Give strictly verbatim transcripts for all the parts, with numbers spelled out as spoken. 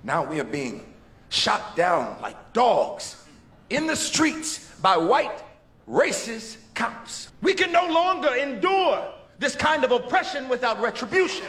Now we are being shot down like dogs in the streets by white racist cops. We can no longer endure this kind of oppression without retribution.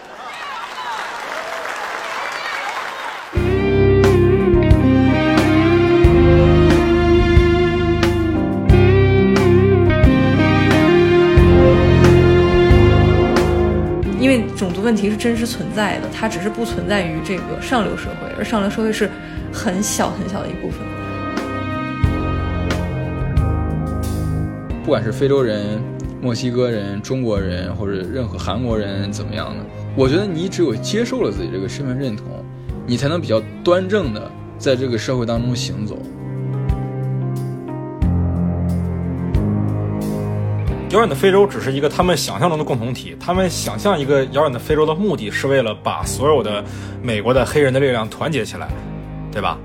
因为种族问题是真实存在的，它只是不存在于这个上流社会，而上流社会是很小很小的一部分。 不管是非洲人、墨西哥人、中国人或者任何韩国人怎么样的，我觉得你只有接受了自己这个身份认同，你才能比较端正的在这个社会当中行走。 遥远的非洲只是一个他们想象中的共同体，他们想象一个遥远的非洲的目的是为了把所有的美国的黑人的力量团结起来，对吧？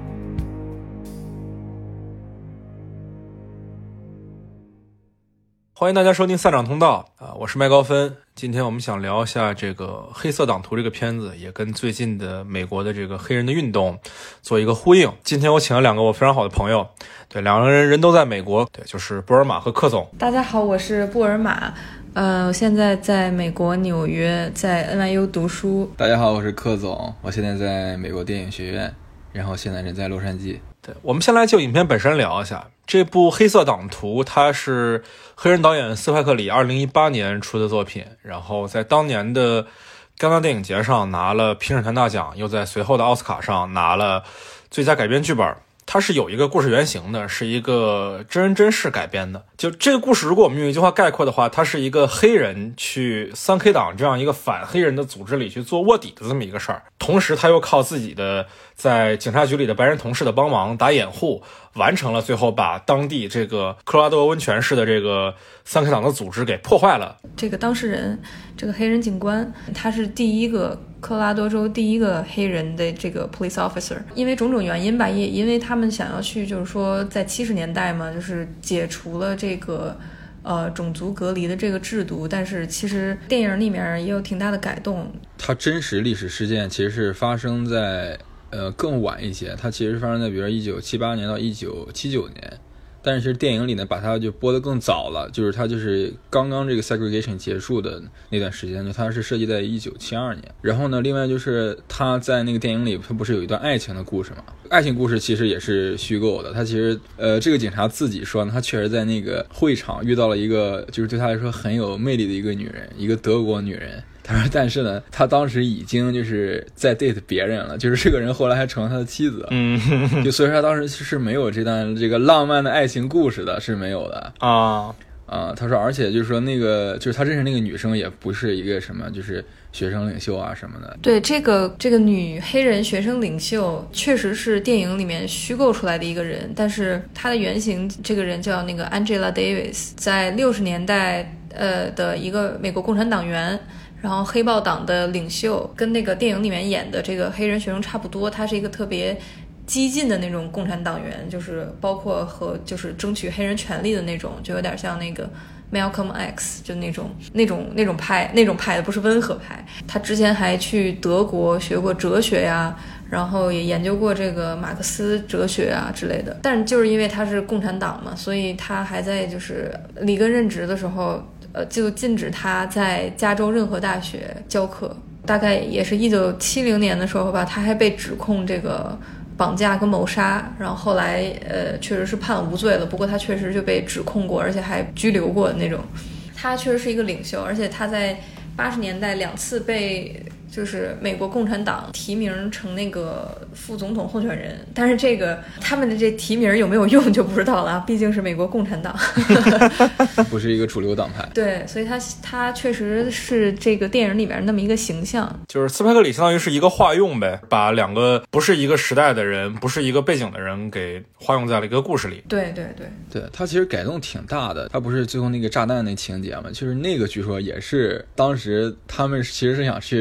欢迎大家收听散场通道啊，我是麦高芬。今天我们想聊一下这个黑色党徒这个片子，也跟最近的美国的这个黑人的运动做一个呼应。今天我请了两个我非常好的朋友，对，两个人人都在美国，对，就是布尔玛和克总。 大家好，我是布尔玛，呃，我现在在美国纽约，在 N Y U 读书。 大家好，我是克总，我现在在美国电影学院，然后现在人在洛杉矶。 对，我们先来就影片本身聊一下。这部《黑色党徒》它是黑人导演斯派克里二零一八年出的作品，然后在当年的戛纳电影节上拿了评审团大奖，又在随后的奥斯卡上拿了最佳改编剧本。它是有一个故事原型的，是一个真人真事改编的。就这个故事，如果我们用一句话概括的话，它是一个黑人去三 K 党这样一个反黑人的组织里去做卧底的这么一个事儿，同时他又靠自己的在警察局里的白人同事的帮忙打掩护，完成了最后把当地这个科罗拉多温泉市的这个三 K 党的组织给破坏了。 这个当事人，这个黑人警官，他是第一个科罗拉多州第一个黑人的这个 police officer。因为种种原因吧，也因为他们想要去，就是说在七十年代嘛，就是解除了这个呃种族隔离的这个制度，但是其实电影里面也有挺大的改动。 它真实历史事件其实是发生在呃更晚一些，它其实发生在比如说一九七八年到一九七九年。但是其实电影里呢把它就播得更早了，就是它就是刚刚这个 segregation 结束的那段时间，就它是设计在一九七二年。然后呢另外就是它在那个电影里它不是有一段爱情的故事嘛，爱情故事其实也是虚构的。他其实呃这个警察自己说呢，他确实在那个会场遇到了一个就是对他来说很有魅力的一个女人，一个德国女人。他说但是呢他当时已经就是在 date 别人了，就是这个人后来还成了他的妻子。嗯，就所以说他当时是没有这段这个浪漫的爱情故事的，是没有的啊啊。他说而且就是说那个就是他认识那个女生也不是一个什么就是学生领袖啊什么的。 对，这个这个女黑人学生领袖确实是电影里面虚构出来的一个人，但是她的原型这个人叫那个 Angela Davis， 在六十年代呃的一个美国共产党员，然后黑豹党的领袖，跟那个电影里面演的这个黑人学生差不多。他是一个特别激进的那种共产党员，就是包括和就是争取黑人权利的那种，就有点像那个 Malcolm X， 就那种那种那种派那种派的，不是温和派。他之前还去德国学过哲学呀，然后也研究过这个马克思哲学啊之类的。但是就是因为他是共产党嘛，所以他还在就是里根任职的时候呃，就禁止他在加州任何大学教课。大概也是一九七零年的时候吧，他还被指控这个绑架跟谋杀，然后后来呃确实是判无罪了，不过他确实就被指控过，而且还拘留过的那种。他确实是一个领袖，而且他在八十年代两次被就是美国共产党提名成那个副总统候选人，但是这个他们的这提名有没有用就不知道了，毕竟是美国共产党不是一个主流党派。 对，所以他他确实是这个电影里面那么一个形象， 就是斯派克里相当于是一个化用呗，把两个不是一个时代的人，不是一个背景的人给化用在了一个故事里。 对对对对，他其实改动挺大的。他不是最后那个炸弹那情节嘛，就是那个据说也是当时他们其实是想去炸一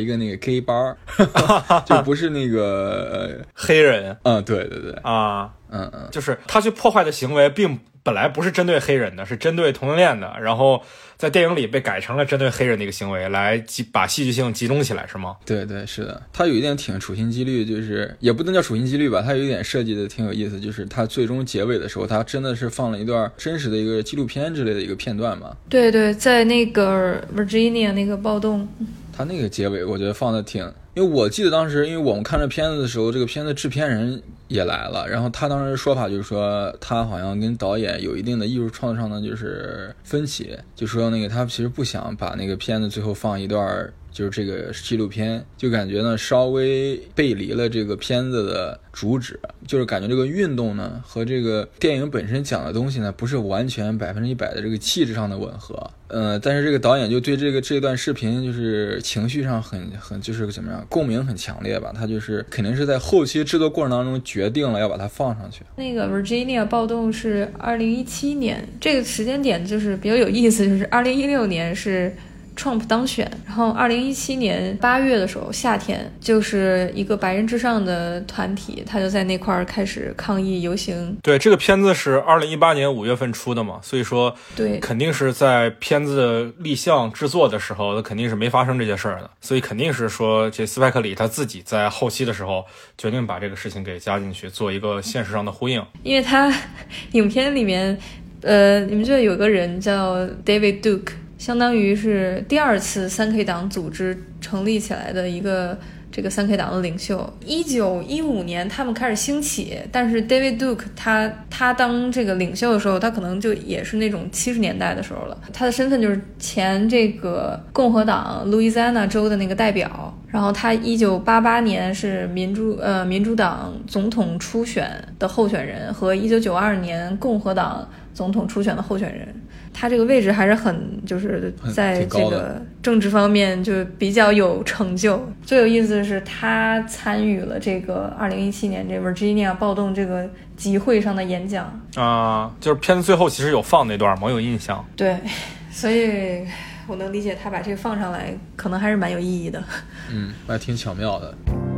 一个那个 gay bar 就不是那个、呃、 黑人。 嗯，对对对啊， 嗯嗯， 就是他去破坏的行为并本来不是针对黑人的，是针对同性恋的，然后在电影里被改成了针对黑人的一个行为，来集把戏剧性集中起来，是吗？ 对对，是的，它有一点挺处心积虑，就是也不能叫处心积虑吧，它有一点设计的挺有意思，就是它最终结尾的时候，它真的是放了一段真实的一个纪录片之类的一个片段嘛。 对对，在那个 Virginia 那个暴动， 它那个结尾我觉得放的挺，因为我记得当时因为我们看这片子的时候，这个片子制片人也来了，然后他当时说法就是说他好像跟导演有一定的艺术创作上的就是分歧，就说那个他其实不想把那个片子最后放一段就是这个纪录片，就感觉呢稍微背离了这个片子的主旨，就是感觉这个运动呢和这个电影本身讲的东西呢不是完全百分之一百的这个气质上的吻合。呃，但是这个导演就对这个这段视频就是情绪上很很就是怎么样共鸣很强烈吧，他就是肯定是在后期制作过程当中决定了要把它放上去。 那个 Virginia 暴动是二零一七年，这个时间点就是比较有意思，就是二零一六年是Trump 当选，然后二零一七年八月的时候，夏天就是一个白人至上的团体，他就在那块儿开始抗议游行。 对，这个片子是二零一八年五月份出的嘛，所以说对， 肯定是在片子的立项制作的时候，肯定是没发生这些事儿的，所以肯定是说这斯派克里他自己在后期的时候决定把这个事情给加进去，做一个现实上的呼应。 因为他影片里面，呃，你们觉得有个人叫 David Duke。相当于是第二次三 K 党组织成立起来的一个这个三 K 党的领袖。一九一五年他们开始兴起，但是 David Duke 他他当这个领袖的时候，他可能就也是那种七十年代的时候了。他的身份就是前这个共和党路易斯安那州的那个代表。然后他一九八八年是民主呃民主党总统初选的候选人，和一九九二年共和党总统初选的候选人。他这个位置还是很就是在这个政治方面就比较有成就。最有意思的是他参与了这个二零一七年这 Virginia 暴动这个集会上的演讲啊、呃，就是片子最后其实有放那段，我有印象。 对，所以我能理解他把这个放上来可能还是蛮有意义的。 嗯，还挺巧妙的。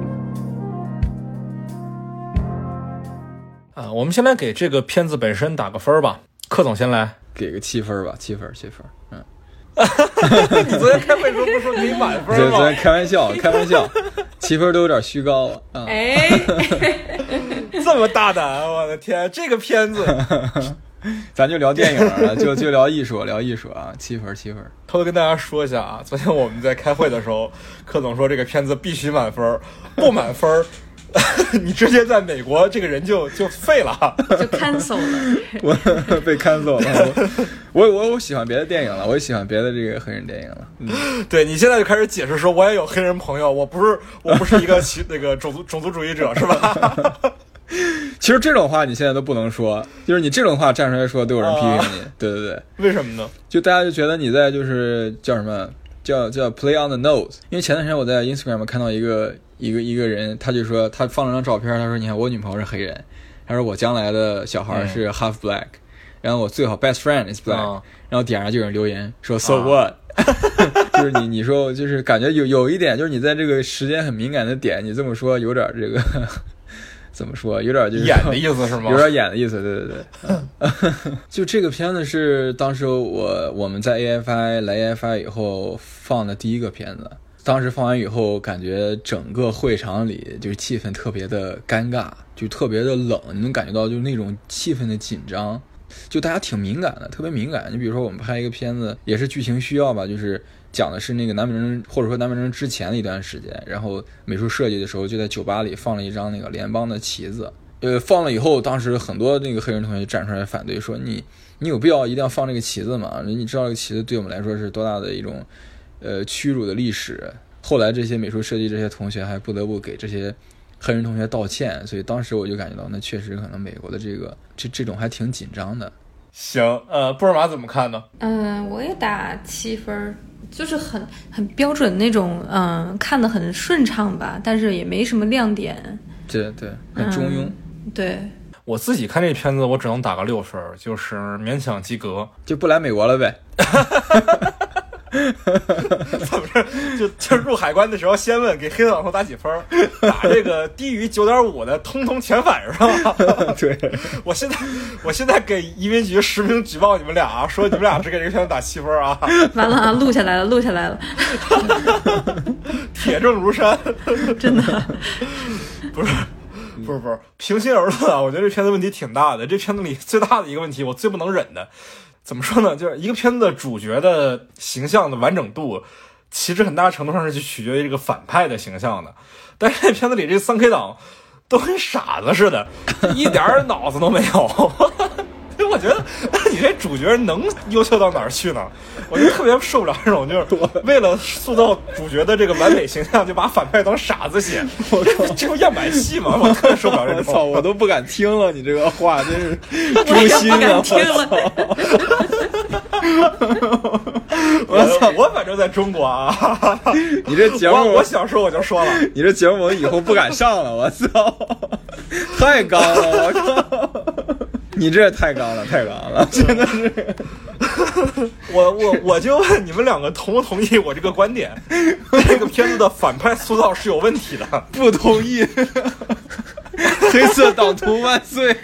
啊，我们先来给这个片子本身打个分吧。柯总先来， 给个七分吧，七分，七分。嗯， 你昨天开会的时候不是说给满分吗？ 昨天开玩笑，开玩笑，七分都有点虚高了。嗯、 哎， 这么大胆，我的天，这个片子， 咱就聊电影了，就就聊艺术，聊艺术啊，七分，七分。 偷偷跟大家说一下啊，昨天我们在开会的时候，柯总说这个片子必须满分，不满分。你直接在美国这个人就就废了， 就 cancel 了， 我被 cancel 了。我我我喜欢别的电影了，我也喜欢别的这个黑人电影了。嗯， 对，你现在就开始解释说，我也有黑人朋友，我不是我不是一个那个种族种族主义者，是吧？ 其实这种话你现在都不能说，就是你这种话站出来说，都有人批评你。啊、对对对， 为什么呢？ 就大家就觉得你在就是叫什么叫叫 play on the nose。因为前段时间我在 Instagram 看到一个。一个一个人，他就说他放了张照片，他说你看我女朋友是黑人，他说我将来的小孩是 half black，、嗯、然后我最好 best friend is black，、嗯、然后底下就有人留言说 so what，、啊、就是你你说就是感觉有有一点就是你在这个时间很敏感的点，你这么说有点这个怎么说，有点就是演的意思是吗？ 有点演的意思，对对对。嗯、就这个片子是当时我我们在 A F I 来 A F I 以后放的第一个片子。当时放完以后，感觉整个会场里就是气氛特别的尴尬，就特别的冷，你能感觉到就是那种气氛的紧张，就大家挺敏感的，特别敏感。你比如说我们拍一个片子，也是剧情需要吧，就是讲的是那个南北战争，或者说南北战争之前的一段时间，然后美术设计的时候就在酒吧里放了一张那个联邦的旗子，呃，放了以后，当时很多那个黑人同学就站出来反对，说你你有必要一定要放这个旗子吗？你知道这个旗子对我们来说是多大的一种。呃，屈辱的历史。后来这些美术设计这些同学还不得不给这些黑人同学道歉，所以当时我就感觉到，那确实可能美国的这个这这种还挺紧张的。 行，呃，布尔玛怎么看呢？ 嗯，我也打七分，就是很很标准那种，嗯，看得很顺畅吧，但是也没什么亮点。 对对，很中庸。 嗯、对。 我自己看这片子，我只能打个六分，就是勉强及格， 就不来美国了呗。 怎么着？就就入海关的时候，先问给黑色党徒打几分，打这个低于九点五的，通通遣返是吧？ 对， 我现在我现在给移民局实名举报你们俩啊，说你们俩只给这个片子打七分啊！ 完了啊，录下来了，录下来了， 铁证如山， 真的不是。不是不是，平心而论啊，我觉得这片子问题挺大的。这片子里最大的一个问题，我最不能忍的，怎么说呢？就是一个片子的主角的形象的完整度，其实很大程度上是去取决于这个反派的形象的。但是这片子里这三 K 党都跟傻子似的，一点脑子都没有。我觉得你这主角能优秀到哪儿去呢？我就特别受不了这种，就是为了塑造主角的这个完美形象，就把反派当傻子写。我这这不样板戏吗？我特别受不了这种。 我操，我都不敢听了，你这个话真是诛心啊！ 我听了。 我操！ 我反正在中国啊， 你这节目我我想说我就说了， 你这节目我以后不敢上了，我操，太刚了，我靠！你这太刚了，太刚了，真的是。 我我我就问你们两个同不同意我这个观点？这个片子的反派塑造是有问题的。 不同意。黑色党徒万岁！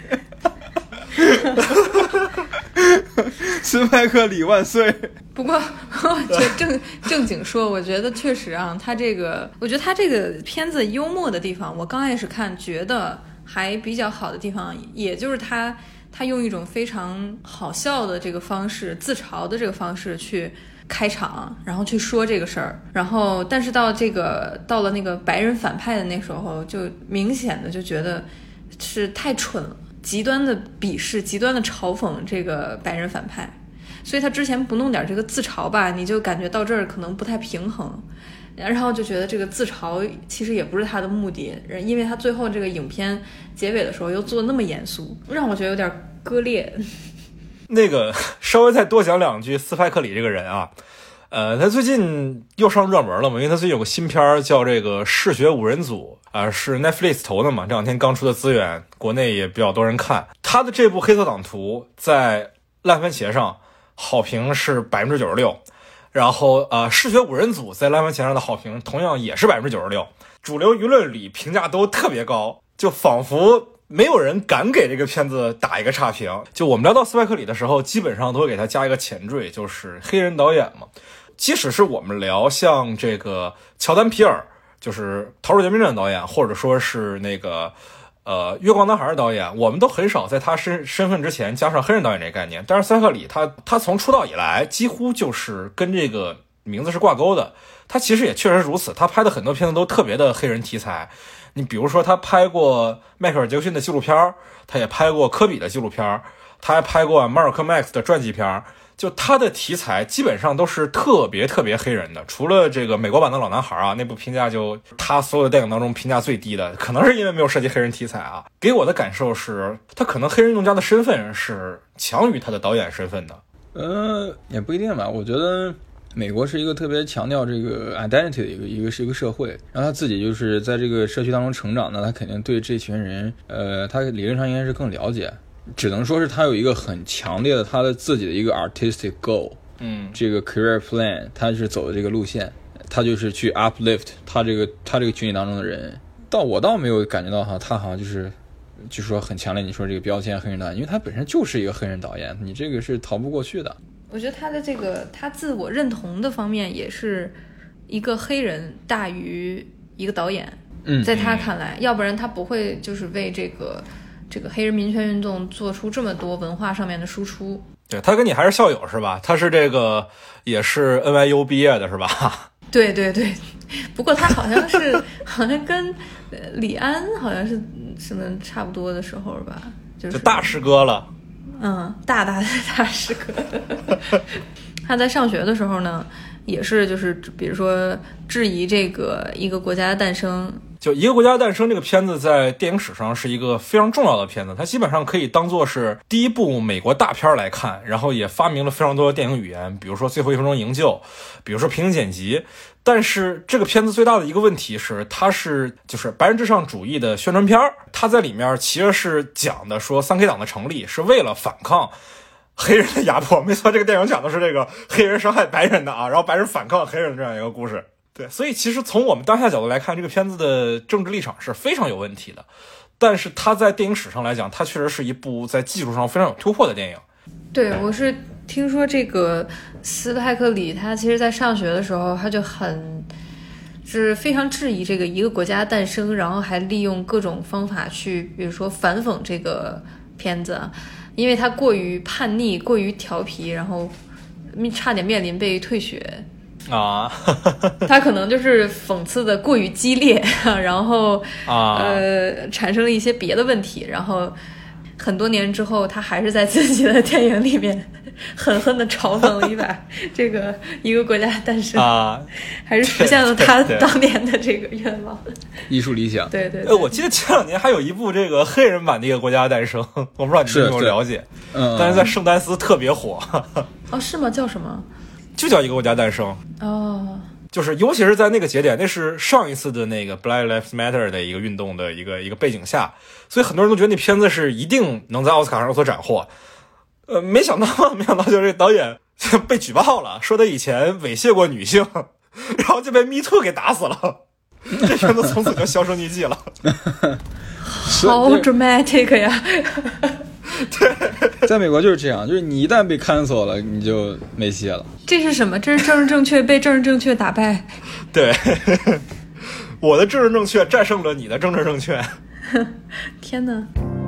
斯派克里万岁！ 不过，我觉得正正经说，我觉得确实啊，他这个，我觉得他这个片子幽默的地方，我刚开始看觉得还比较好的地方，也就是他他用一种非常好笑的这个方式，自嘲的这个方式去开场，然后去说这个事儿，然后但是到这个到了那个白人反派的那时候，就明显的就觉得是太蠢了，极端的鄙视，极端的嘲讽这个白人反派。所以他之前不弄点这个自嘲吧，你就感觉到这儿可能不太平衡，然后就觉得这个自嘲其实也不是他的目的，因为他最后这个影片结尾的时候又做那么严肃，让我觉得有点割裂。 那个稍微再多讲两句，斯派克里这个人啊，呃，他最近又上热门了嘛，因为他最近有个新片叫这个嗜血五人组啊、呃，是 Netflix 投的嘛，这两天刚出的资源，国内也比较多人看。他的这部黑色党徒在烂番茄上好评是百分之九十六，然后呃，嗜血五人组在烂番茄上的好评同样也是百分之九十六，主流舆论里评价都特别高，就仿佛没有人敢给这个片子打一个差评。就我们聊到斯派克里的时候，基本上都会给他加一个前缀，就是黑人导演嘛。即使是我们聊像这个乔丹皮尔，就是《逃出绝命镇》的导演，或者说是那个呃，月光男孩的导演，我们都很少在他身身份之前加上黑人导演这个概念。但是斯派克里他他从出道以来，几乎就是跟这个名字是挂钩的。他其实也确实如此，他拍的很多片子都特别的黑人题材。你比如说，他拍过迈克尔·杰克逊的纪录片，他也拍过科比的纪录片，他还拍过马尔科·麦克斯的传记片。就他的题材基本上都是特别特别黑人的，除了这个美国版的老男孩啊，那部评价就他所有的电影当中评价最低的，可能是因为没有涉及黑人题材啊。给我的感受是，他可能黑人运动家的身份是强于他的导演身份的。 呃，也不一定吧，我觉得美国是一个特别强调这个 identity 的一个一个是一个社会，然后他自己就是在这个社区当中成长呢，他肯定对这群人，呃，他理论上应该是更了解。只能说是他有一个很强烈的他的自己的一个 artistic goal， 嗯，这个 career plan， 他是走的这个路线，他就是去 uplift 他这个他这个群体当中的人。到我倒没有感觉到哈，他好像就是就说很强烈你说这个标签黑人导演，因为他本身就是一个黑人导演，你这个是逃不过去的。 我觉得他的这个他自我认同的方面也是一个黑人大于一个导演，嗯，在他看来，要不然他不会就是为这个这个黑人民权运动做出这么多文化上面的输出。 对，他跟你还是校友是吧？他是这个也是 N Y U 毕业的是吧？ 对对对，不过他好像是好像跟李安好像是什么差不多的时候吧，就是就大师哥了。 嗯，大大的大师哥。他在上学的时候呢，也是就是比如说质疑这个一个国家的诞生。 就一个国家的诞生这个片子在电影史上是一个非常重要的片子，它基本上可以当作是第一部美国大片来看，然后也发明了非常多的电影语言，比如说最后一分钟营救，比如说平行剪辑。但是这个片子最大的一个问题是，它是就是白人至上主义的宣传片，它在里面其实是讲的说三 K 党的成立是为了反抗黑人的压迫。没错，这个电影讲的是这个黑人伤害白人的啊，然后白人反抗黑人这样一个故事。对，所以其实从我们当下角度来看，这个片子的政治立场是非常有问题的。但是它在电影史上来讲，它确实是一部在技术上非常有突破的电影。 对，我是听说这个斯派克里他其实在上学的时候他就很是非常质疑这个一个国家诞生，然后还利用各种方法去比如说反讽这个片子，因为他过于叛逆过于调皮，然后差点面临被退学啊， 他可能就是讽刺的过于激烈，然后啊呃产生了一些别的问题，然后很多年之后他还是在自己的电影里面狠狠地嘲讽了一把这个一个国家诞生啊，还是实现了他当年的这个愿望， 艺术理想。 对对对、 呃，我记得前两年还有一部这个黑人版的一个国家诞生，我不知道你有没有了解， 嗯， 但是在圣丹斯特别火。 哦，是吗？叫什么？ 就叫一个国家诞生。 哦， 就是尤其是在那个节点，那是上一次的那个 Black Lives Matter 的一个运动的一个一个背景下，所以很多人都觉得那片子是一定能在奥斯卡上有所斩获。呃，没想到，没想到就是这导演被举报了，说他以前猥亵过女性，然后就被 Me Too 给打死了，这片子从此就销声匿迹了。 好 dramatic 呀！ 对，在美国就是这样，就是你一旦被 cancel 了，你就没戏了。 这是什么？这是政治正确被政治正确打败。 对，我的政治正确战胜了你的政治正确。 天哪！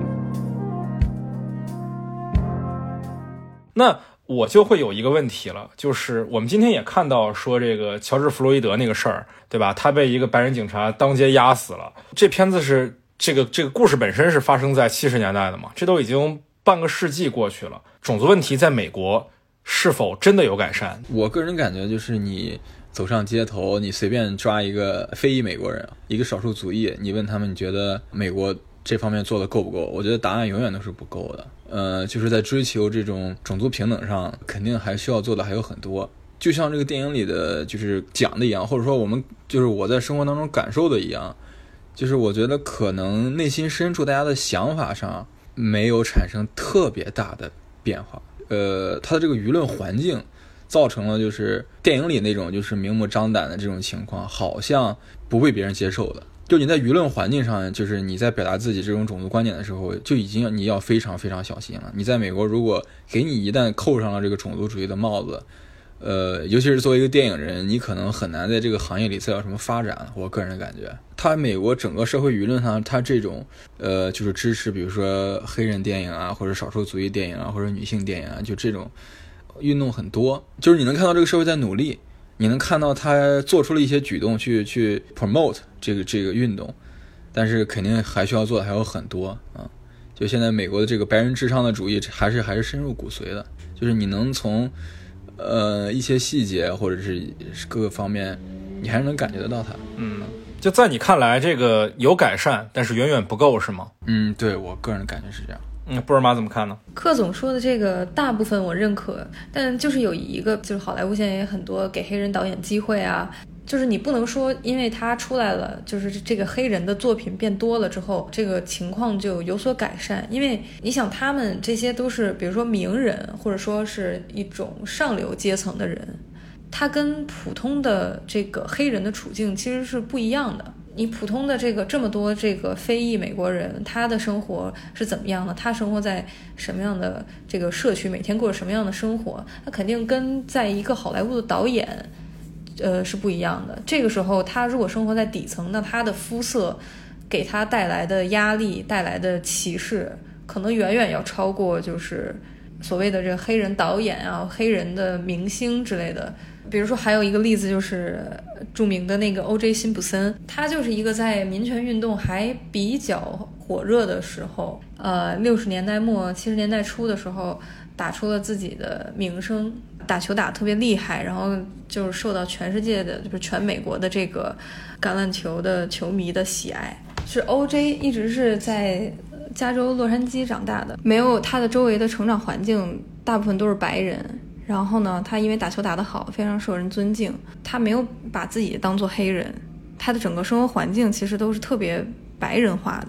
那我就会有一个问题了，就是我们今天也看到说这个乔治·弗洛伊德那个事儿，对吧？他被一个白人警察当街压死了。这片子是这个这个故事本身是发生在七十年代的嘛，这都已经半个世纪过去了。种族问题在美国是否真的有改善？ 我个人感觉就是你走上街头，你随便抓一个非裔美国人，一个少数族裔，你问他们你觉得美国这方面做的够不够？我觉得答案永远都是不够的。呃，就是在追求这种种族平等上，肯定还需要做的还有很多。就像这个电影里的就是讲的一样，或者说我们就是我在生活当中感受的一样，就是我觉得可能内心深处大家的想法上没有产生特别大的变化。呃，它的这个舆论环境造成了就是电影里那种就是明目张胆的这种情况，好像不被别人接受的。就你在舆论环境上，就是你在表达自己这种种族观点的时候，就已经你要非常非常小心了。你在美国，如果给你一旦扣上了这个种族主义的帽子，呃，尤其是作为一个电影人，你可能很难在这个行业里再有什么发展。我个人的感觉，他美国整个社会舆论上，他这种呃，就是支持，比如说黑人电影啊，或者少数族裔电影啊，或者女性电影啊，就这种运动很多，就是你能看到这个社会在努力。你能看到他做出了一些举动去去 promote 这个这个运动，但是肯定还需要做的还有很多啊。就现在美国的这个白人至上的主义还是还是深入骨髓的，就是你能从呃一些细节或者是各个方面，你还是能感觉得到它。 嗯，就在你看来，这个有改善，但是远远不够，是吗？ 嗯，对，我个人的感觉是这样。 嗯，布尔玛怎么看呢？ 柯总说的这个大部分我认可，但就是有一个，就是好莱坞现在也很多给黑人导演机会啊，就是你不能说因为他出来了，就是这个黑人的作品变多了之后，这个情况就有所改善。因为你想，他们这些都是比如说名人，或者说是一种上流阶层的人，他跟普通的这个黑人的处境其实是不一样的。你普通的这个这么多这个非裔美国人，他的生活是怎么样的？他生活在什么样的这个社区？每天过着什么样的生活？他肯定跟在一个好莱坞的导演，呃，是不一样的。这个时候，他如果生活在底层，那他的肤色给他带来的压力、带来的歧视，可能远远要超过就是所谓的这个黑人导演啊、黑人的明星之类的。比如说还有一个例子就是著名的那个 O J 辛普森，他就是一个在民权运动还比较火热的时候，呃，六十年代末七十年代初的时候打出了自己的名声，打球打得特别厉害，然后就是受到全世界的就是全美国的这个橄榄球的球迷的喜爱。是 O J 一直是在加州洛杉矶长大的，没有他的周围的成长环境大部分都是白人，然后呢，他因为打球打得好，非常受人尊敬。他没有把自己当作黑人，他的整个生活环境其实都是特别白人化的。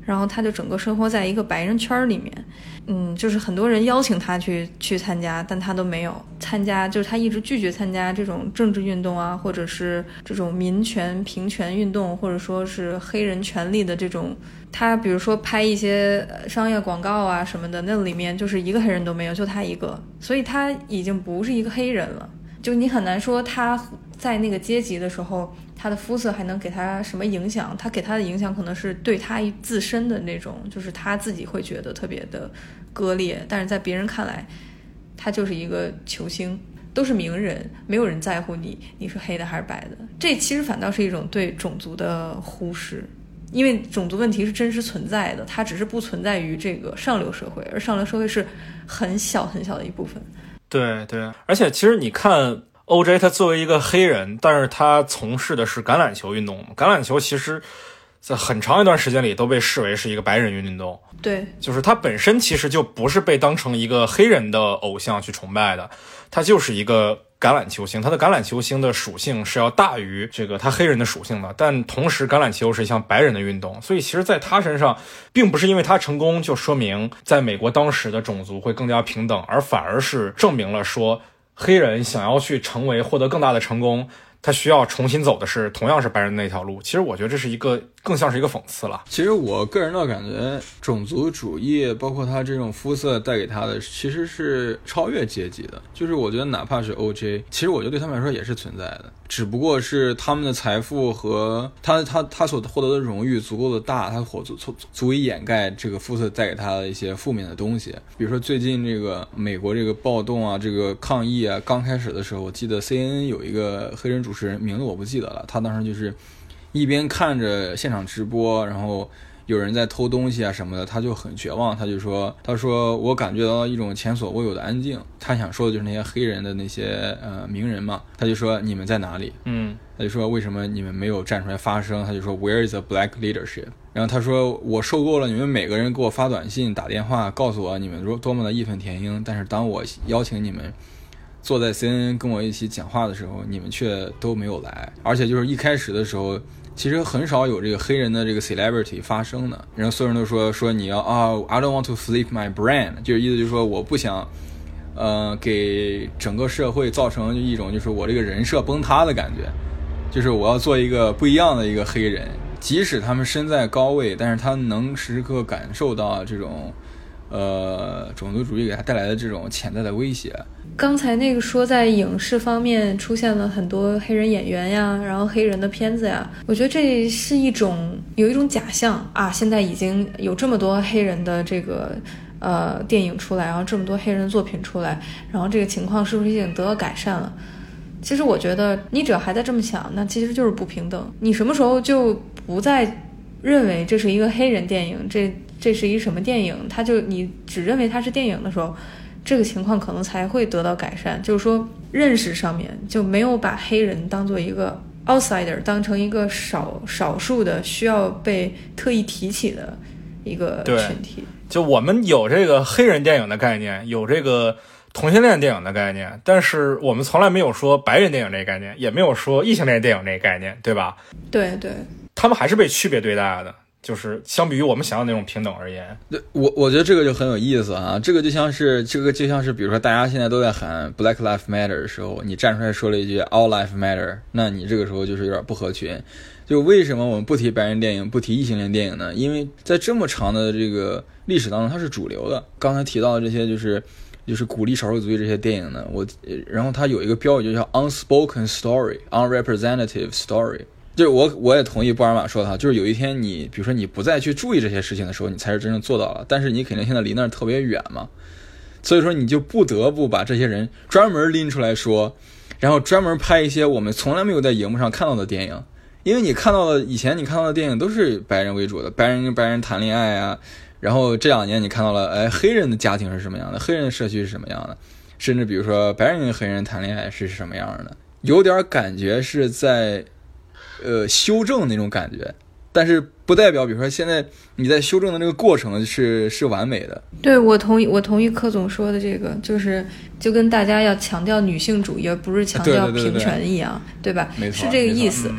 然后他就整个生活在一个白人圈里面。嗯，就是很多人邀请他去去参加，但他都没有参加，就是他一直拒绝参加这种政治运动啊，或者是这种民权平权运动，或者说是黑人权利的这种。他比如说拍一些商业广告啊什么的，那里面就是一个黑人都没有，就他一个，所以他已经不是一个黑人了。就你很难说他在那个阶级的时候他的肤色还能给他什么影响，他给他的影响可能是对他自身的那种，就是他自己会觉得特别的割裂，但是在别人看来他就是一个球星，都是名人，没有人在乎你你是黑的还是白的。这其实反倒是一种对种族的忽视，因为种族问题是真实存在的，它只是不存在于这个上流社会，而上流社会是很小很小的一部分。 对对，而且其实你看 O J 他作为一个黑人，但是他从事的是橄榄球运动，橄榄球其实在很长一段时间里都被视为是一个白人运动。 对， 就是他本身其实就不是被当成一个黑人的偶像去崇拜的，他就是一个橄榄球星，他的橄榄球星的属性是要大于这个他黑人的属性的，但同时橄榄球是一项白人的运动，所以其实在他身上并不是因为他成功就说明在美国当时的种族会更加平等，而反而是证明了说黑人想要去成为获得更大的成功，他需要重新走的是同样是白人的那条路。其实我觉得这是一个更像是一个讽刺了。 其实我个人倒感觉种族主义包括他这种肤色带给他的其实是超越阶级的，就是我觉得哪怕是 O J 其实我觉得对他们来说也是存在的，只不过是他们的财富和他他他所获得的荣誉足够的大，他足足足以掩盖这个肤色带给他的一些负面的东西。比如说最近这个美国这个暴动啊，这个抗议啊，刚开始的时候我记得 C N N 有一个黑人主持人，名字我不记得了，他当时就是一边看着现场直播，然后有人在偷东西啊什么的，他就很绝望，他就说他说我感觉到一种前所未有的安静。他想说的就是那些黑人的那些呃名人嘛，他就说你们在哪里？嗯，他就说为什么你们没有站出来发声？他就说 Where is the black leadership？ 然后他说我受够了你们每个人给我发短信打电话告诉我你们多么的义愤填膺，但是当我邀请你们坐在 C N N 跟我一起讲话的时候，你们却都没有来。而且就是一开始的时候其实很少有这个黑人的这个 celebrity 发生的，然后所有人都说说你要啊、oh, I don't want to flip my brand， 就是意思就是说我不想呃给整个社会造成一种就是我这个人设崩塌的感觉，就是我要做一个不一样的一个黑人，即使他们身在高位，但是他能时时刻感受到这种呃种族主义给他带来的这种潜在的威胁。 刚才那个说在影视方面出现了很多黑人演员呀，然后黑人的片子呀，我觉得这是一种有一种假象啊，现在已经有这么多黑人的这个呃电影出来，然后这么多黑人的作品出来，然后这个情况是不是已经得到改善了？其实我觉得你只要还在这么想，那其实就是不平等。你什么时候就不再认为这是一个黑人电影，这这是一什么电影，他就你只认为它是电影的时候，这个情况可能才会得到改善。就是说认识上面就没有把黑人当做一个 outsider， 当成一个少少数的需要被特意提起的一个群体。 就我们有这个黑人电影的概念，有这个同性恋电影的概念，但是我们从来没有说白人电影这个概念，也没有说异性恋电影这个概念，对吧？ 对对， 他们还是被区别对待的，就是相比于我们想要那种平等而言。 对，我我觉得这个就很有意思啊，这个就像是这个就像是比如说大家现在都在喊 Black Lives Matter 的时候，你站出来说了一句 All Lives Matter， 那你这个时候就是有点不合群。就为什么我们不提白人电影，不提异性恋电影呢？因为在这么长的这个历史当中它是主流的。刚才提到的这些就是就是鼓励少数族裔这些电影呢，我然后它有一个标语就叫 unspoken story unrepresentative story， 就是我我也同意布尔玛说的，就是有一天你比如说你不再去注意这些事情的时候，你才是真正做到了，但是你肯定现在离那儿特别远嘛，所以说你就不得不把这些人专门拎出来说，然后专门拍一些我们从来没有在荧幕上看到的电影。因为你看到的以前你看到的电影都是白人为主的，白人跟白人谈恋爱啊，然后这两年你看到了哎黑人的家庭是什么样的，黑人的社区是什么样的，甚至比如说白人跟黑人谈恋爱是什么样的，有点感觉是在呃修正那种感觉，但是不代表比如说现在你在修正的这个过程是是完美的。 对，我同意我同意柯总说的这个，就是就跟大家要强调女性主义而不是强调平权一样， 对, 对, 对, 对, 对吧？ 没错， 是这个意思。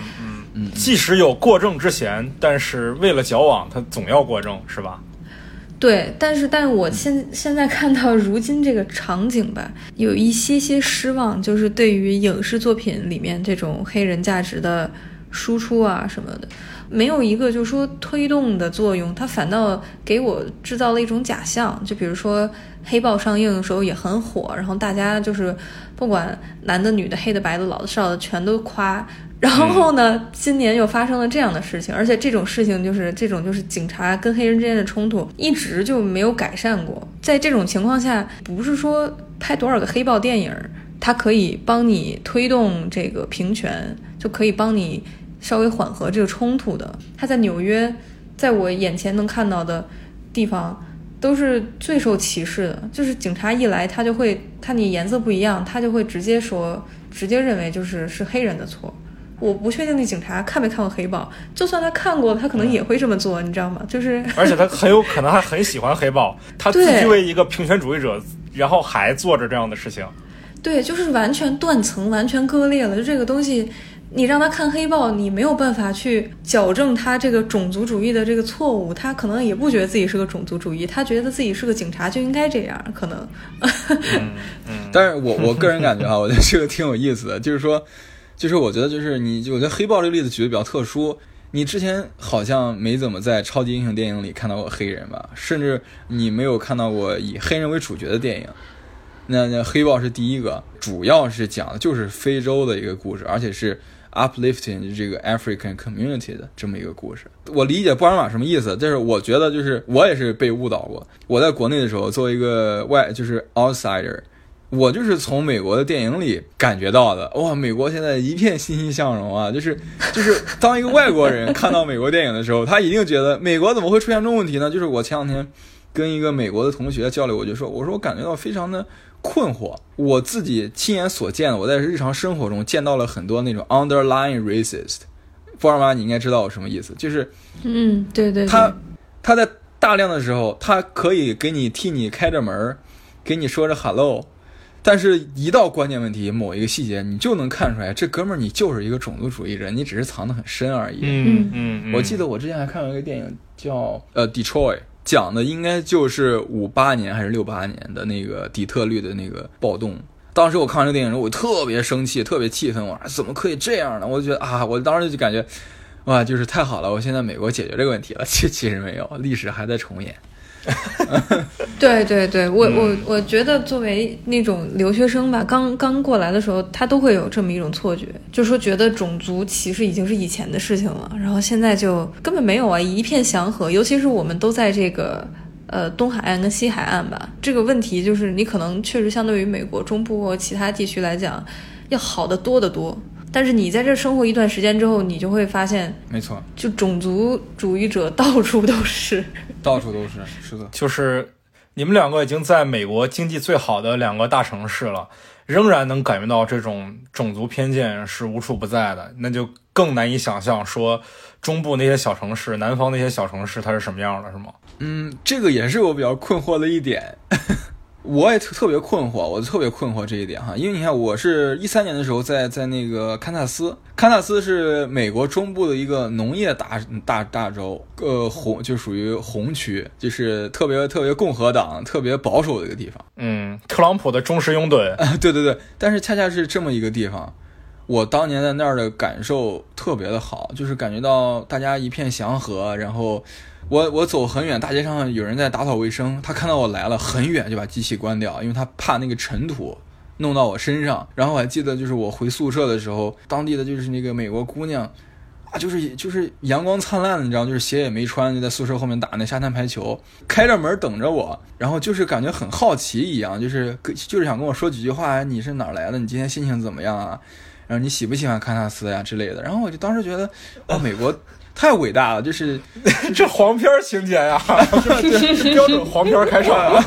嗯， 即使有过正之嫌，但是为了矫枉，他总要过正，是吧？ 对，但是但是我现现在看到如今这个场景吧，有一些些失望，就是对于影视作品里面这种黑人价值的输出啊什么的，没有一个就是说推动的作用，它反倒给我制造了一种假象。就比如说黑豹上映的时候也很火，然后大家就是不管男的女的黑的白的老的少的全都夸，然后呢、嗯、今年又发生了这样的事情，而且这种事情就是这种就是警察跟黑人之间的冲突一直就没有改善过。在这种情况下，不是说拍多少个黑豹电影它可以帮你推动这个平权，就可以帮你稍微缓和这个冲突的。他在纽约，在我眼前能看到的地方都是最受歧视的，就是警察一来他就会看你颜色不一样，他就会直接说直接认为就是是黑人的错。我不确定那警察看没看过黑豹，就算他看过他可能也会这么做、嗯、你知道吗？就是而且他很有可能还很喜欢黑豹，他自居为一个平权主义者，然后还做着这样的事情。 对，就是完全断层，完全割裂了。就这个东西你让他看黑豹，你没有办法去矫正他这个种族主义的这个错误，他可能也不觉得自己是个种族主义，他觉得自己是个警察就应该这样，可能。 嗯嗯、 但是我我个人感觉哈，我觉得这个挺有意思的，就是说，就是我觉得就是你，我觉得黑豹这个例子举的比较特殊。你之前好像没怎么在超级英雄电影里看到过黑人吧，甚至你没有看到过以黑人为主角的电影。那那黑豹是第一个，主要是讲的就是非洲的一个故事，而且是 uplifting 这个 African community 的这么一个故事。我理解布尔玛什么意思，但是我觉得就是我也是被误导过。我在国内的时候作为一个外就是 outsider， 我就是从美国的电影里感觉到的，哇，美国现在一片欣欣向荣啊，就是就是当一个外国人看到美国电影的时候，他一定觉得美国怎么会出现这种问题呢？就是我前两天跟一个美国的同学交流，我就说我说我感觉到非常的困惑，我自己亲眼所见的，我在日常生活中见到了很多那种 underlying racist。福尔马你应该知道我什么意思，就是嗯，对对对， 他他在大量的时候，他可以给你替你开着门，给你说着 hello， 但是一到关键问题某一个细节，你就能看出来，这哥们儿你就是一个种族主义者，你只是藏得很深而已。 嗯嗯嗯， 我记得我之前还看过一个电影叫呃 Detroit。讲的应该就是五八年还是六八年的那个底特律的那个暴动。当时我看完这个电影之后，我特别生气，特别气愤，我说怎么可以这样呢？我就觉得啊，我当时就感觉，哇，就是太好了，我现在美国解决这个问题了。其其实没有，历史还在重演。 对对对，我我我觉得作为那种留学生吧，刚刚过来的时候，他都会有这么一种错觉，就是说觉得种族歧视已经是以前的事情了，然后现在就根本没有啊，一片祥和。尤其是我们都在这个呃东海岸跟西海岸吧，这个问题就是你可能确实相对于美国中部或其他地区来讲要好得多得多。但是你在这生活一段时间之后，你就会发现， 没错， 就种族主义者到处都是， 到处都是，是的。 就是你们两个已经在美国经济最好的两个大城市了，仍然能感觉到这种种族偏见是无处不在的，那就更难以想象说中部那些小城市、南方那些小城市它是什么样的，是吗？ 嗯，这个也是我比较困惑的一点。我也特别困惑，我特别困惑这一点哈，因为你看，我是一三年的时候在在那个堪萨斯，堪萨斯是美国中部的一个农业大大大州，呃红就属于红区，就是特别特别共和党、特别保守的一个地方。 嗯，特朗普的忠实拥趸。 啊，对对对，但是恰恰是这么一个地方，我当年在那儿的感受特别的好，就是感觉到大家一片祥和，然后。我我走很远，大街上有人在打扫卫生，他看到我来了，很远就把机器关掉，因为他怕那个尘土弄到我身上。然后我还记得，就是我回宿舍的时候，当地的就是那个美国姑娘啊，就是就是阳光灿烂的，你知道，就是鞋也没穿，就在宿舍后面打那沙滩排球，开着门等着我，然后就是感觉很好奇一样，就是就是想跟我说几句话，你是哪儿来的？你今天心情怎么样啊？然后你喜不喜欢堪萨斯呀之类的。然后我就当时觉得，哦，美国。太伟大了，就是这黄片情节呀，这标准黄片开场。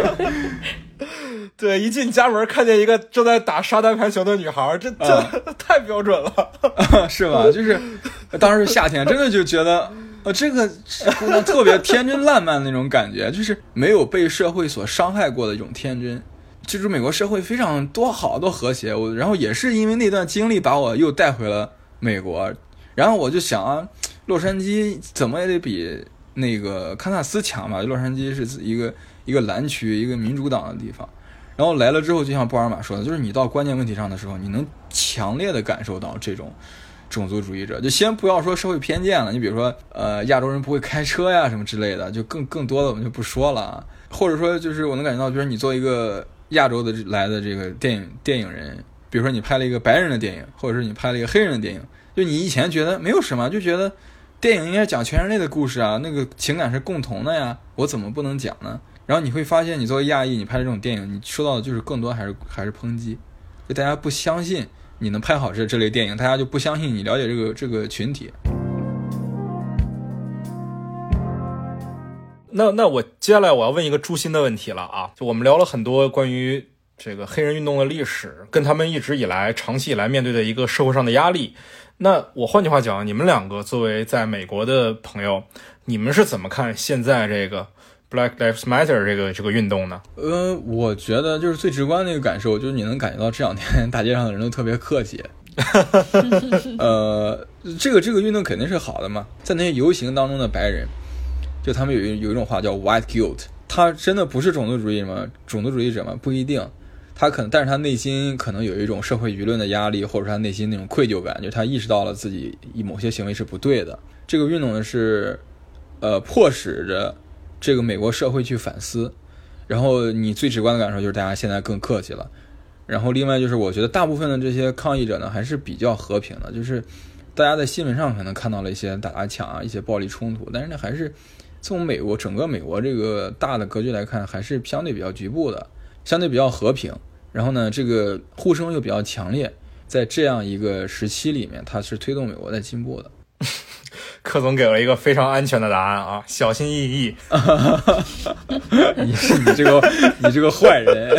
对，一进家门看见一个正在打沙滩排球的女孩，这这、嗯、太标准了， 是吧？就是当时夏天，真的就觉得，呃，这个姑娘特别天真烂漫那种感觉，就是没有被社会所伤害过的一种天真。就是美国社会非常多好多和谐，我然后也是因为那段经历把我又带回了美国。 然后我就想啊，洛杉矶怎么也得比那个堪萨斯强吧？洛杉矶是一个一个蓝区，一个民主党的地方。然后来了之后，就像波尔玛说的，就是你到关键问题上的时候，你能强烈的感受到这种种族主义者。就先不要说社会偏见了，你比如说呃亚洲人不会开车呀什么之类的，就更更多的我们就不说了。或者说就是我能感觉到，比如你做一个亚洲的来的这个电影电影人，比如说你拍了一个白人的电影，或者是你拍了一个黑人的电影，就你以前觉得没有什么，就觉得电影应该讲全人类的故事啊，那个情感是共同的呀，我怎么不能讲呢？然后你会发现，你作为亚裔，你拍的这种电影，你受到的就是更多还是还是抨击，就大家不相信你能拍好这这类电影，大家就不相信你了解这个这个群体。 那那我接下来我要问一个诛心的问题了啊！就我们聊了很多关于这个黑人运动的历史，跟他们一直以来长期以来面对的一个社会上的压力。那我换句话讲，你们两个作为在美国的朋友，你们是怎么看现在这个 Black Lives Matter 这个这个运动呢？ 呃，我觉得就是最直观的一个感受，就是你能感觉到这两天大街上的人都特别客气。呃，这个这个运动肯定是好的嘛，在那些游行当中的白人，就他们有一有一种话叫 white guilt， 他真的不是种族主义吗？种族主义者吗？不一定。他可能，但是他内心可能有一种社会舆论的压力，或者他内心那种愧疚感，就是他意识到了自己某些行为是不对的。这个运动呢是，呃，迫使着这个美国社会去反思。然后你最直观的感受就是大家现在更客气了。然后另外就是我觉得大部分的这些抗议者呢还是比较和平的，就是大家在新闻上可能看到了一些打打抢啊，一些暴力冲突，但是呢还是从美国整个美国这个大的格局来看，还是相对比较局部的。相对比较和平，然后呢，这个呼声又比较强烈，在这样一个时期里面，它是推动美国在进步的。 柯总给了一个非常安全的答案啊，小心翼翼。 你是你这个你这个坏人。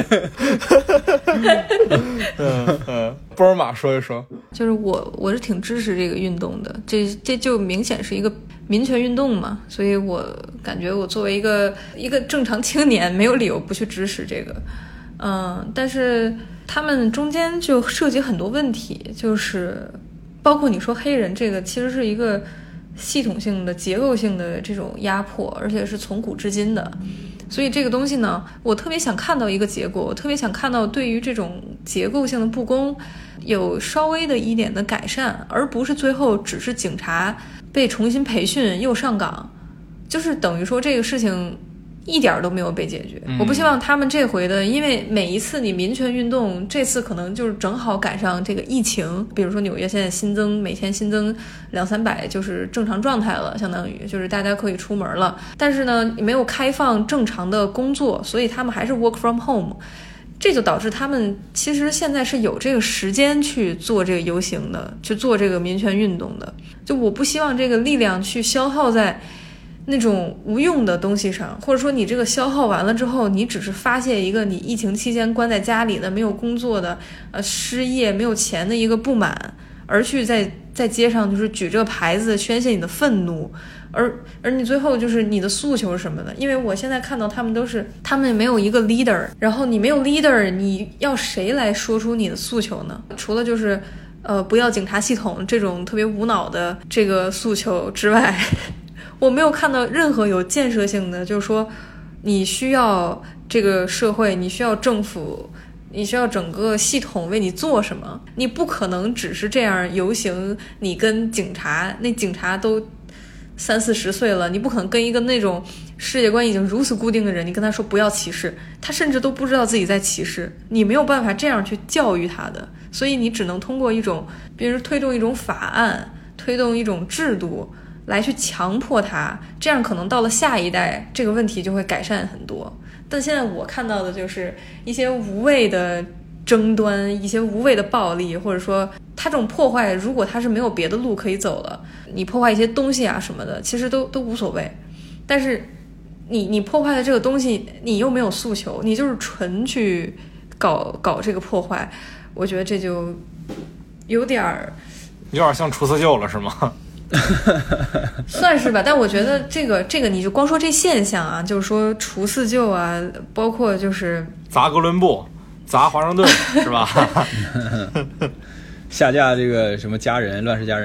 嗯嗯，波尔玛说一说。 就是我我是挺支持这个运动的，这这就明显是一个民权运动嘛，所以我感觉我作为一个一个正常青年，没有理由不去支持这个。嗯，但是他们中间就涉及很多问题，就是包括你说黑人这个，其实是一个系统性的、结构性的这种压迫，而且是从古至今的。所以这个东西呢，我特别想看到一个结果，我特别想看到对于这种结构性的不公有稍微的一点的改善，而不是最后只是警察被重新培训又上岗，就是等于说这个事情一点都没有被解决。我不希望他们这回的，因为每一次你民权运动，这次可能就是正好赶上这个疫情，比如说纽约现在新增每天新增两三百，就是正常状态了，相当于就是大家可以出门了。但是呢，没有开放正常的工作，所以他们还是 work from home。这就导致他们其实现在是有这个时间去做这个游行的，去做这个民权运动的。就我不希望这个力量去消耗在那种无用的东西上，或者说你这个消耗完了之后，你只是发泄一个你疫情期间关在家里的没有工作的呃失业没有钱的一个不满，而去在在街上就是举这个牌子宣泄你的愤怒，而而你最后就是你的诉求是什么的？因为我现在看到他们都是他们没有一个 leader， 然后你没有 leader， 你要谁来说出你的诉求呢？除了就是呃不要警察系统这种特别无脑的这个诉求之外，我没有看到任何有建设性的，就是说你需要这个社会，你需要政府，你需要整个系统为你做什么。你不可能只是这样游行，你跟警察，那警察都三四十岁了，你不可能跟一个那种世界观已经如此固定的人，你跟他说不要歧视，他甚至都不知道自己在歧视，你没有办法这样去教育他的。所以你只能通过一种，比如推动一种法案，推动一种制度来去强迫他，这样可能到了下一代这个问题就会改善很多。但现在我看到的就是一些无谓的争端，一些无谓的暴力，或者说他这种破坏，如果他是没有别的路可以走了，你破坏一些东西啊什么的，其实都都无所谓。但是你你破坏的这个东西，你又没有诉求，你就是纯去搞搞这个破坏，我觉得这就有点儿有点像除四旧了，是吗？ 算是吧，但我觉得这个这个你就光说这现象啊，就是说除四旧啊，包括就是砸哥伦布、砸华盛顿，是吧？ 下架这个什么家人、乱世佳人，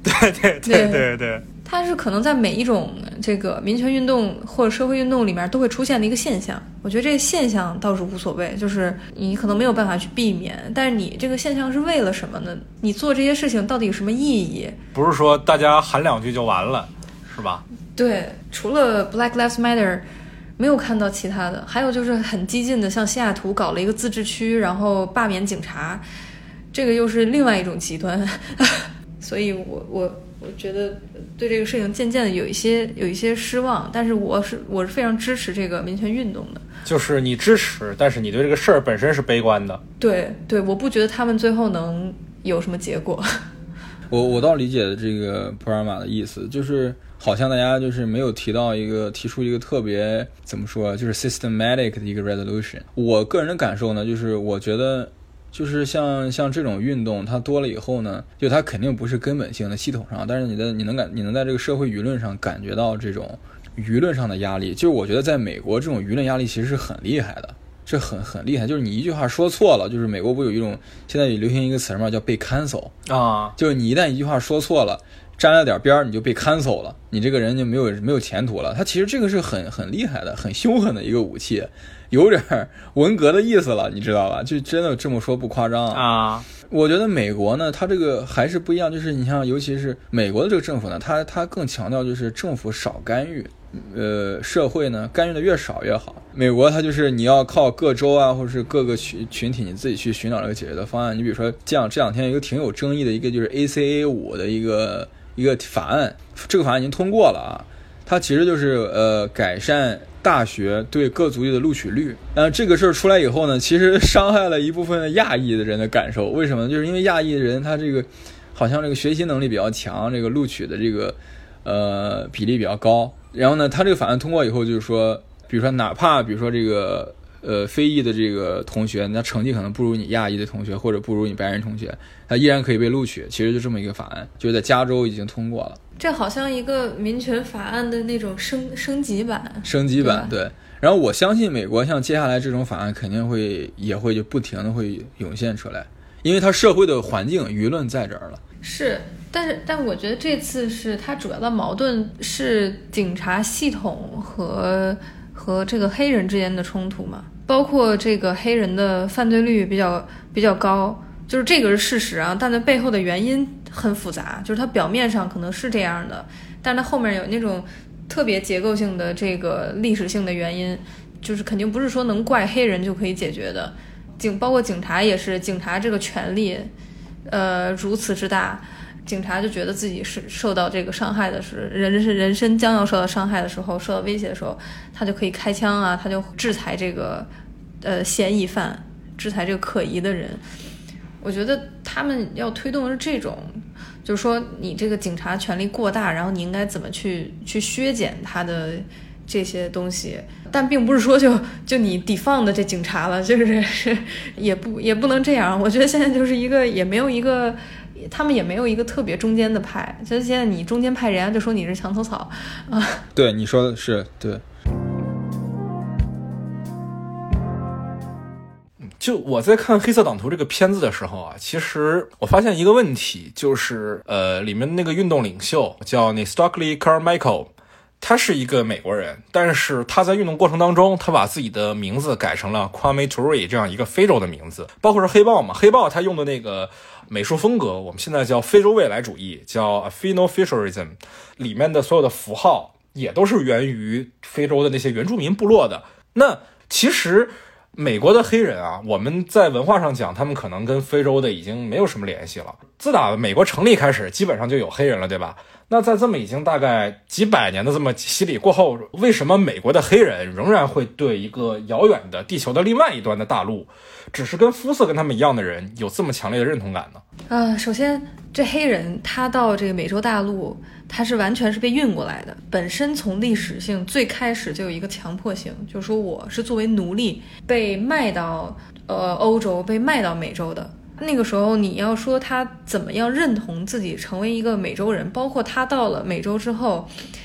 对对对对对， 它是可能在每一种这个民权运动或者社会运动里面都会出现的一个现象。我觉得这个现象倒是无所谓，就是你可能没有办法去避免，但是你这个现象是为了什么呢？你做这些事情到底有什么意义？ 不是说大家喊两句就完了，是吧？ 对，除了 Black Lives Matter没有看到其他的。还有就是很激进的，像西雅图搞了一个自治区，然后罢免警察，这个又是另外一种极端。所以我我我觉得对这个事情渐渐的有一些有一些失望，但是我是我是非常支持这个民权运动的。 就是你支持，但是你对这个事儿本身是悲观的。 对对，我不觉得他们最后能有什么结果。 我我倒理解的这个普尔玛的意思，就是好像大家就是没有提到一个提出一个特别怎么说，就是 systematic 的一个 resolution。我个人的感受呢，就是我觉得就是像像这种运动它多了以后呢，就它肯定不是根本性的系统上，但是你的你能感你能在这个社会舆论上感觉到这种舆论上的压力。就是我觉得在美国这种舆论压力其实是很厉害的，这很很厉害，就是你一句话说错了，就是美国不有一种现在也流行一个词嘛，叫被 cancel 啊， 就是你一旦一句话说错了，沾了点边儿，你就被 cancel 了，你这个人就没有没有前途了。他其实这个是很很厉害的、很凶狠的一个武器，有点文革的意思了，你知道吧？就真的这么说不夸张啊。 我觉得美国呢，它这个还是不一样，就是你像尤其是美国的这个政府呢，它它更强调就是政府少干预。呃，社会呢干预的越少越好。美国它就是你要靠各州啊，或者是各个群群体你自己去寻找这个解决的方案。你比如说这样这两天有一个挺有争议的一个就是 A C A 五的一个一个法案，这个法案已经通过了啊。它其实就是呃改善大学对各族裔的录取率。呃，这个事儿出来以后呢，其实伤害了一部分亚裔的人的感受。为什么？就是因为亚裔人他这个好像这个学习能力比较强，这个录取的这个呃比例比较高。然后呢，他这个法案通过以后，就是说，比如说，哪怕比如说这个呃非裔的这个同学，那成绩可能不如你亚裔的同学，或者不如你白人同学，他依然可以被录取。其实就这么一个法案，就是在加州已经通过了。 这好像一个民权法案的那种升升级版。 升级版，对。然后我相信美国像接下来这种法案肯定会也会就不停的会涌现出来，因为它社会的环境舆论在这儿了。 是。但是，但我觉得这次是它主要的矛盾是警察系统和和这个黑人之间的冲突嘛，包括这个黑人的犯罪率比较比较高，就是这个是事实啊，但它背后的原因很复杂，就是它表面上可能是这样的，但是它后面有那种特别结构性的这个历史性的原因，就是肯定不是说能怪黑人就可以解决的。警包括警察也是，警察这个权力，呃，如此之大。警察就觉得自己是受到这个伤害的是人是人身将要受到伤害的时候，受到威胁的时候，他就可以开枪啊，他就制裁这个呃嫌疑犯，制裁这个可疑的人。我觉得他们要推动的是这种，就是说你这个警察权力过大，然后你应该怎么去去削减他的这些东西，但并不是说就就你 defund 这警察了，就是是也不也不能这样。我觉得现在就是一个也没有一个。他们也没有一个特别中间的派，就是现在你中间派，人家就说你是墙头草啊。 对，你说的是对。 就我在看《黑色党徒》这个片子的时候啊，其实我发现一个问题，就是呃，里面那个运动领袖叫那 Stokely Carmichael， 他是一个美国人，但是他在运动过程当中，他把自己的名字改成了 Kwame Ture 这样一个非洲的名字，包括是黑豹嘛，黑豹他用的那个美术风格，我们现在叫非洲未来主义，叫 Afrofuturism， 里面的所有的符号也都是源于非洲的那些原住民部落的。那其实美国的黑人啊，我们在文化上讲，他们可能跟非洲的已经没有什么联系了。自打美国成立开始，基本上就有黑人了，对吧？那在这么已经大概几百年的这么洗礼过后，为什么美国的黑人仍然会对一个遥远的地球的另外一端的大陆，只是跟肤色跟他们一样的人有这么强烈的认同感呢？ 呃，首先这黑人他到这个美洲大陆，他是完全是被运过来的，本身从历史性最开始就有一个强迫性，就是说我是作为奴隶被卖到呃欧洲，被卖到美洲的。那个时候你要说他怎么样认同自己成为一个美洲人，包括他到了美洲之后，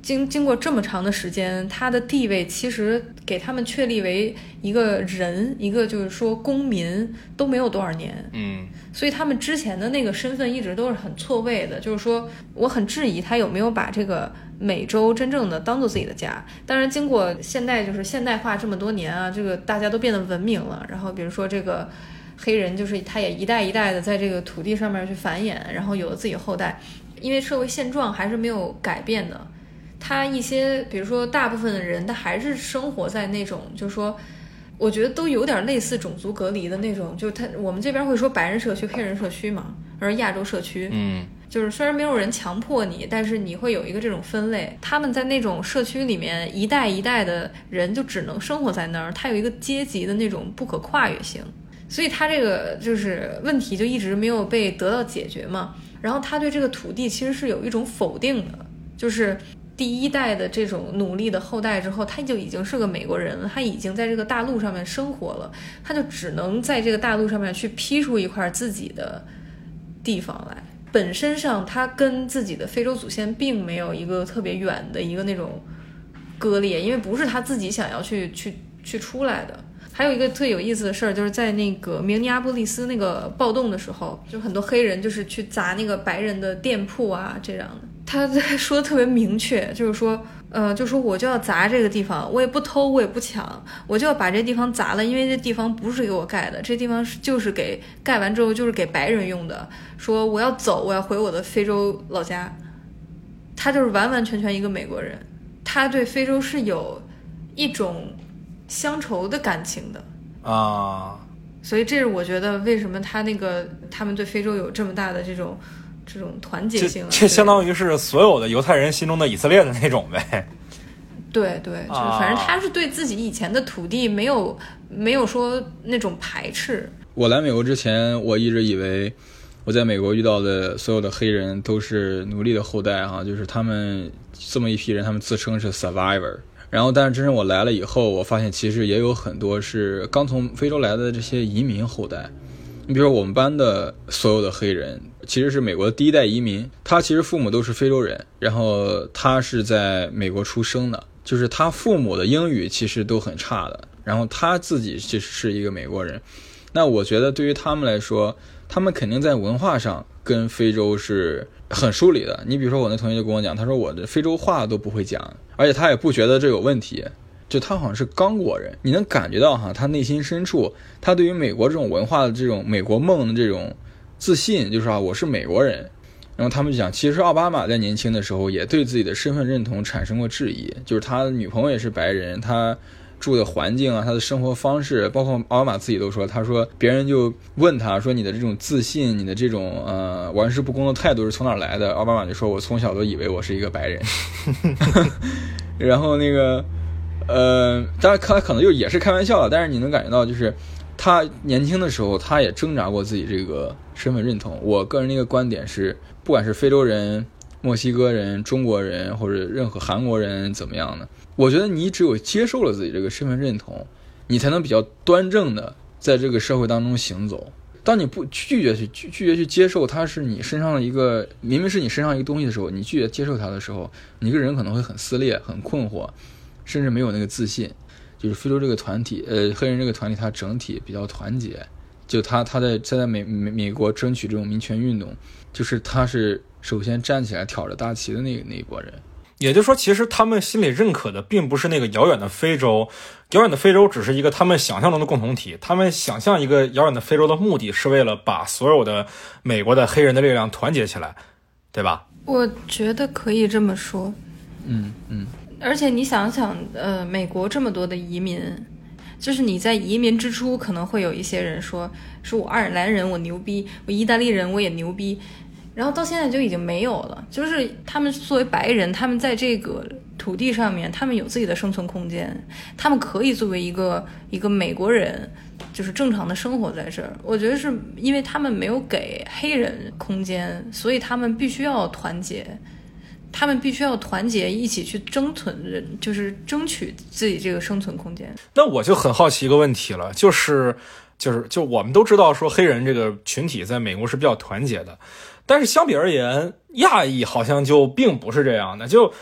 经经过这么长的时间，他的地位其实给他们确立为一个人，一个就是说公民都没有多少年， 嗯， 所以他们之前的那个身份一直都是很错位的，就是说我很质疑他有没有把这个美洲真正的当做自己的家。当然经过现代就是现代化这么多年啊，这个大家都变得文明了，然后比如说这个黑人就是他也一代一代的在这个土地上面去繁衍，然后有了自己后代，因为社会现状还是没有改变的。他一些比如说大部分的人他还是生活在那种就是说我觉得都有点类似种族隔离的那种，就他我们这边会说白人社区黑人社区嘛，而亚洲社区嗯， 就是虽然没有人强迫你，但是你会有一个这种分类。他们在那种社区里面一代一代的人就只能生活在那儿，他有一个阶级的那种不可跨越性，所以他这个就是问题就一直没有被得到解决嘛。然后他对这个土地其实是有一种否定的，就是第一代的这种努力的后代之后，他就已经是个美国人了，他已经在这个大陆上面生活了，他就只能在这个大陆上面去批出一块自己的地方来。本身上他跟自己的非洲祖先并没有一个特别远的一个那种割裂，因为不是他自己想要去去去出来的。还有一个特有意思的事儿，就是在那个明尼阿波利斯那个暴动的时候，就很多黑人就是去砸那个白人的店铺啊这样的。他说的特别明确，就是说呃，就说我就要砸这个地方，我也不偷我也不抢，我就要把这地方砸了，因为这地方不是给我盖的，这地方就是给盖完之后就是给白人用的，说我要走，我要回我的非洲老家。他就是完完全全一个美国人，他对非洲是有一种乡愁的感情的啊， 所以这是我觉得为什么他那个他们对非洲有这么大的这种这种团结性、啊、 这, 这相当于是所有的犹太人心中的以色列的那种呗。 对对，就是反正他是对自己以前的土地没有、啊、没有说那种排斥。 我来美国之前，我一直以为我在美国遇到的所有的黑人都是奴隶的后代哈、啊，就是他们这么一批人，他们自称是 survivor。然后但是真正我来了以后，我发现其实也有很多是刚从非洲来的这些移民后代。你比如说我们班的所有的黑人其实是美国的第一代移民，他其实父母都是非洲人，然后他是在美国出生的，就是他父母的英语其实都很差的，然后他自己其实是一个美国人。那我觉得对于他们来说，他们肯定在文化上跟非洲是很疏离的。你比如说我那同学就跟我讲，他说我的非洲话都不会讲，而且他也不觉得这有问题，就他好像是刚果人，你能感觉到哈，他内心深处他对于美国这种文化的这种美国梦的这种自信，就是啊我是美国人。然后他们就讲，其实奥巴马在年轻的时候也对自己的身份认同产生过质疑，就是他的女朋友也是白人，他住的环境啊，他的生活方式，包括奥巴马自己都说，他说别人就问他说你的这种自信，你的这种呃玩世不恭的态度是从哪来的，奥巴马就说我从小都以为我是一个白人。然后那个呃当然他可能就也是开玩笑了，但是你能感觉到就是他年轻的时候他也挣扎过自己这个身份认同。我个人的一个观点是，不管是非洲人、墨西哥人、中国人或者任何韩国人怎么样的，我觉得你只有接受了自己这个身份认同，你才能比较端正的在这个社会当中行走。当你不拒绝去拒绝去接受它是你身上的一个明明是你身上一个东西的时候，你拒绝接受它的时候，你这个人可能会很撕裂、很困惑，甚至没有那个自信。就是非洲这个团体，呃，黑人这个团体，它整体比较团结。就他他在在美美美国争取这种民权运动，就是他是首先站起来挑着大旗的那那一拨人。 也就是说，其实他们心里认可的并不是那个遥远的非洲，遥远的非洲只是一个他们想象中的共同体。他们想象一个遥远的非洲的目的是为了把所有的美国的黑人的力量团结起来，对吧？ 我觉得可以这么说。 嗯嗯。 而且你想想，呃，美国这么多的移民，就是你在移民之初可能会有一些人说，说我爱尔兰人我牛逼，我意大利人我也牛逼。然后到现在就已经没有了，就是他们作为白人，他们在这个土地上面，他们有自己的生存空间，他们可以作为一个一个美国人，就是正常的生活在这儿。我觉得是因为他们没有给黑人空间，所以他们必须要团结，他们必须要团结一起去争存，就是争取自己这个生存空间。 那我就很好奇一个问题了，就是就是就我们都知道说黑人这个群体在美国是比较团结的，但是相比而言，亚裔好像就并不是这样的。就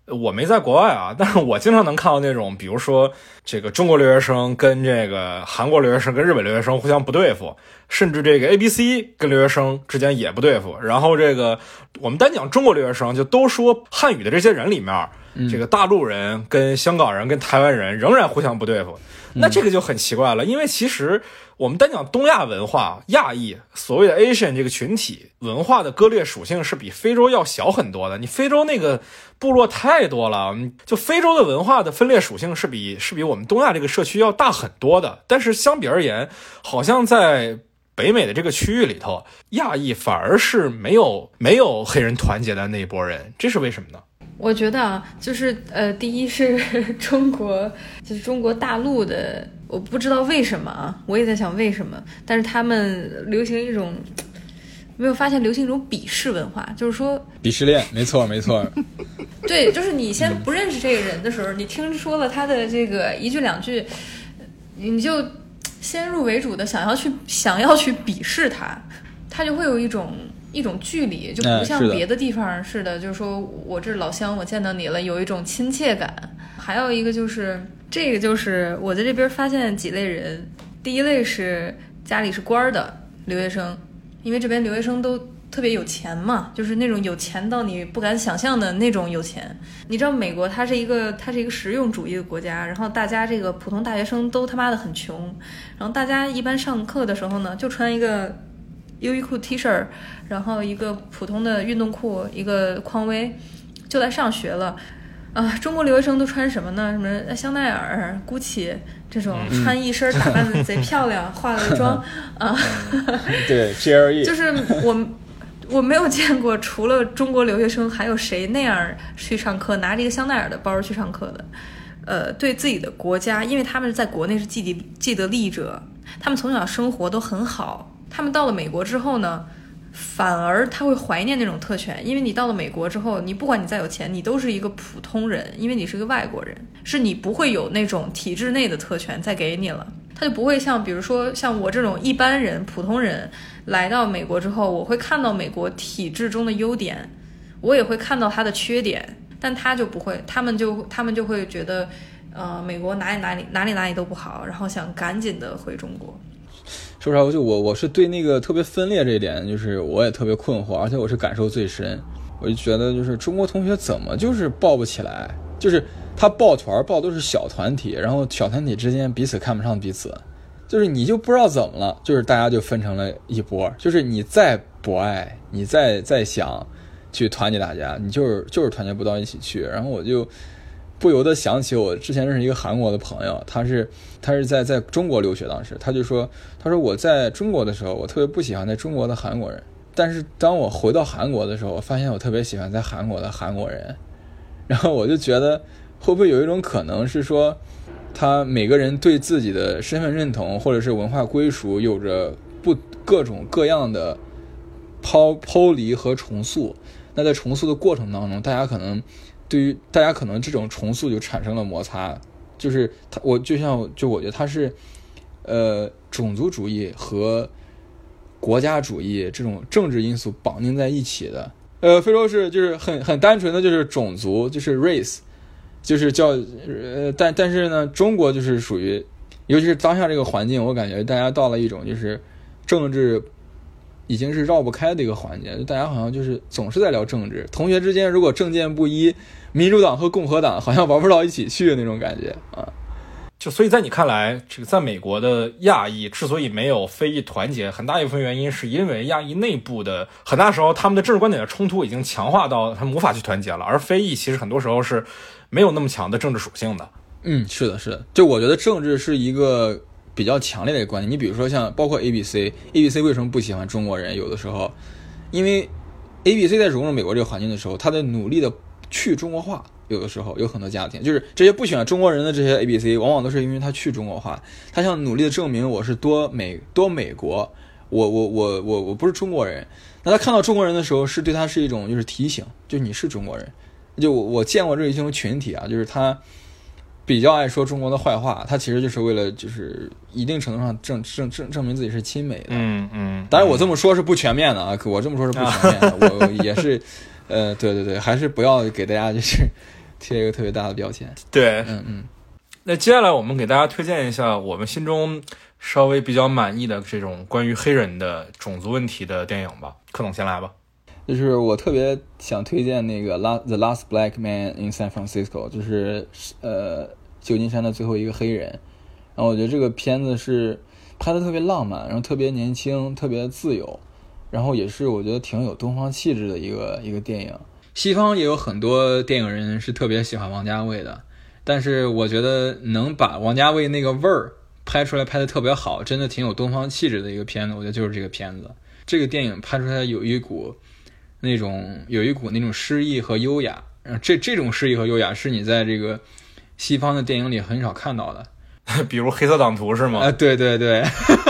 我没在国外啊，但是我经常能看到那种，比如说这个中国留学生跟这个韩国留学生跟日本留学生互相不对付，甚至这个 A B C 跟留学生之间也不对付。然后这个我们单讲中国留学生，就都说汉语的这些人里面，嗯、这个大陆人跟香港人跟台湾人仍然互相不对付。那这个就很奇怪了，因为其实我们单讲东亚文化，亚裔所谓的 Asian 这个群体文化的割裂属性是比非洲要小很多的。你非洲那个部落太多了，就非洲的文化的分裂属性是比是比我们东亚这个社区要大很多的。但是相比而言，好像在北美的这个区域里头，亚裔反而是没有没有黑人团结的那一波人，这是为什么呢？ 我觉得啊，就是呃，第一是中国，就是中国大陆的，我不知道为什么啊，我也在想为什么，但是他们流行一种，没有发现流行一种鄙视文化，就是说鄙视链，没错没错。 对，就是你先不认识这个人的时候，你听说了他的这个一句两句，你就先入为主的想要去想要去鄙视他，他就会有一种。一种距离，就不像别的地方似的，嗯、就是说我这老乡，我见到你了，有一种亲切感。还有一个就是这个，就是我在这边发现几类人，第一类是家里是官的留学生，因为这边留学生都特别有钱嘛，就是那种有钱到你不敢想象的那种有钱。你知道美国它是一个它是一个实用主义的国家，然后大家这个普通大学生都他妈的很穷，然后大家一般上课的时候呢，就穿一个优衣库 T 恤，然后一个普通的运动裤，一个匡威，就来上学了。啊，中国留学生都穿什么呢？什么香奈儿、GUCCI 这种，嗯、穿一身打扮的贼漂亮，化了妆啊。 对 ，G L E 就是我我没有见过除了中国留学生，还有谁那样去上课，拿着一个香奈儿的包去上课的。呃，对自己的国家，因为他们在国内是既得既得利益者，他们从小生活都很好。他们到了美国之后呢，反而他会怀念那种特权，因为你到了美国之后，你不管你再有钱，你都是一个普通人，因为你是个外国人，是你不会有那种体制内的特权再给你了。他就不会像比如说像我这种一般人普通人来到美国之后，我会看到美国体制中的优点，我也会看到它的缺点，但他就不会，他们就他们就会觉得呃，美国哪里哪里哪里哪里都不好，然后想赶紧的回中国。 说实话，就我我是对那个特别分裂这一点，就是我也特别困惑，而且我是感受最深。我就觉得就是中国同学怎么就是抱不起来，就是他抱团抱都是小团体，然后小团体之间彼此看不上彼此，就是你就不知道怎么了，就是大家就分成了一波，就是你再博爱，你再再想去团结大家，你就是就是团结不到一起去。然后我就不由得想起我之前认识一个韩国的朋友，他是他是在在中国留学，当时他就说，他说我在中国的时候，我特别不喜欢在中国的韩国人，但是当我回到韩国的时候，我发现我特别喜欢在韩国的韩国人。然后我就觉得，会不会有一种可能是说，他每个人对自己的身份认同或者是文化归属有着不各种各样的抛剖离和重塑，那在重塑的过程当中，大家可能。对于大家可能这种重塑就产生了摩擦，就是他我就像就我觉得他是呃种族主义和国家主义这种政治因素绑定在一起的。呃非洲是就是很很单纯的就是种族，就是 race， 就是叫呃但但是呢中国就是属于，尤其是当下这个环境，我感觉大家到了一种就是政治已经是绕不开的一个环节，大家好像就是总是在聊政治，同学之间如果政见不一，民主党和共和党好像玩不到一起去的那种感觉啊。 就所以在你看来，这个在美国的亚裔之所以没有非裔团结，很大一部分原因是因为亚裔内部的很大时候他们的政治观点的冲突已经强化到他们无法去团结了，而非裔其实很多时候是没有那么强的政治属性的。 嗯，是的是的，就我觉得政治是一个比较强烈的观点。你比如说像包括 A B C A B C 为什么不喜欢中国人，有的时候因为 A B C 在融入美国这个环境的时候，他在努力的去中国化，有的时候有很多家庭就是这些不喜欢中国人的这些 A B C 往往都是因为他去中国化，他想努力的证明我是多美多美国，我我我我我不是中国人。那他看到中国人的时候是对他是一种就是提醒，就你是中国人。就我我见过这一种群体啊，就是他比较爱说中国的坏话，他其实就是为了就是一定程度上证证证证明自己是亲美的。 嗯嗯。 当然我这么说是不全面的啊，我这么说是不全面的，我也是，呃，对对对，还是不要给大家就是贴一个特别大的标签。 对， 嗯嗯。 那接下来我们给大家推荐一下我们心中稍微比较满意的这种关于黑人的种族问题的电影吧。柯总先来吧。 就是我特别想推荐那个《The Last Black Man in San Francisco》，就是呃旧金山的最后一个黑人。然后我觉得这个片子是拍的特别浪漫，然后特别年轻，特别自由，然后也是我觉得挺有东方气质的一个一个电影。西方也有很多电影人是特别喜欢王家卫的，但是我觉得能把王家卫那个味儿拍出来拍的特别好，真的挺有东方气质的一个片子，我觉得就是这个片子。这个电影拍出来有一股那种有一股那种诗意和优雅，这这种诗意和优雅是你在这个西方的电影里很少看到的。 比如黑色党徒是吗？ 啊，对对对，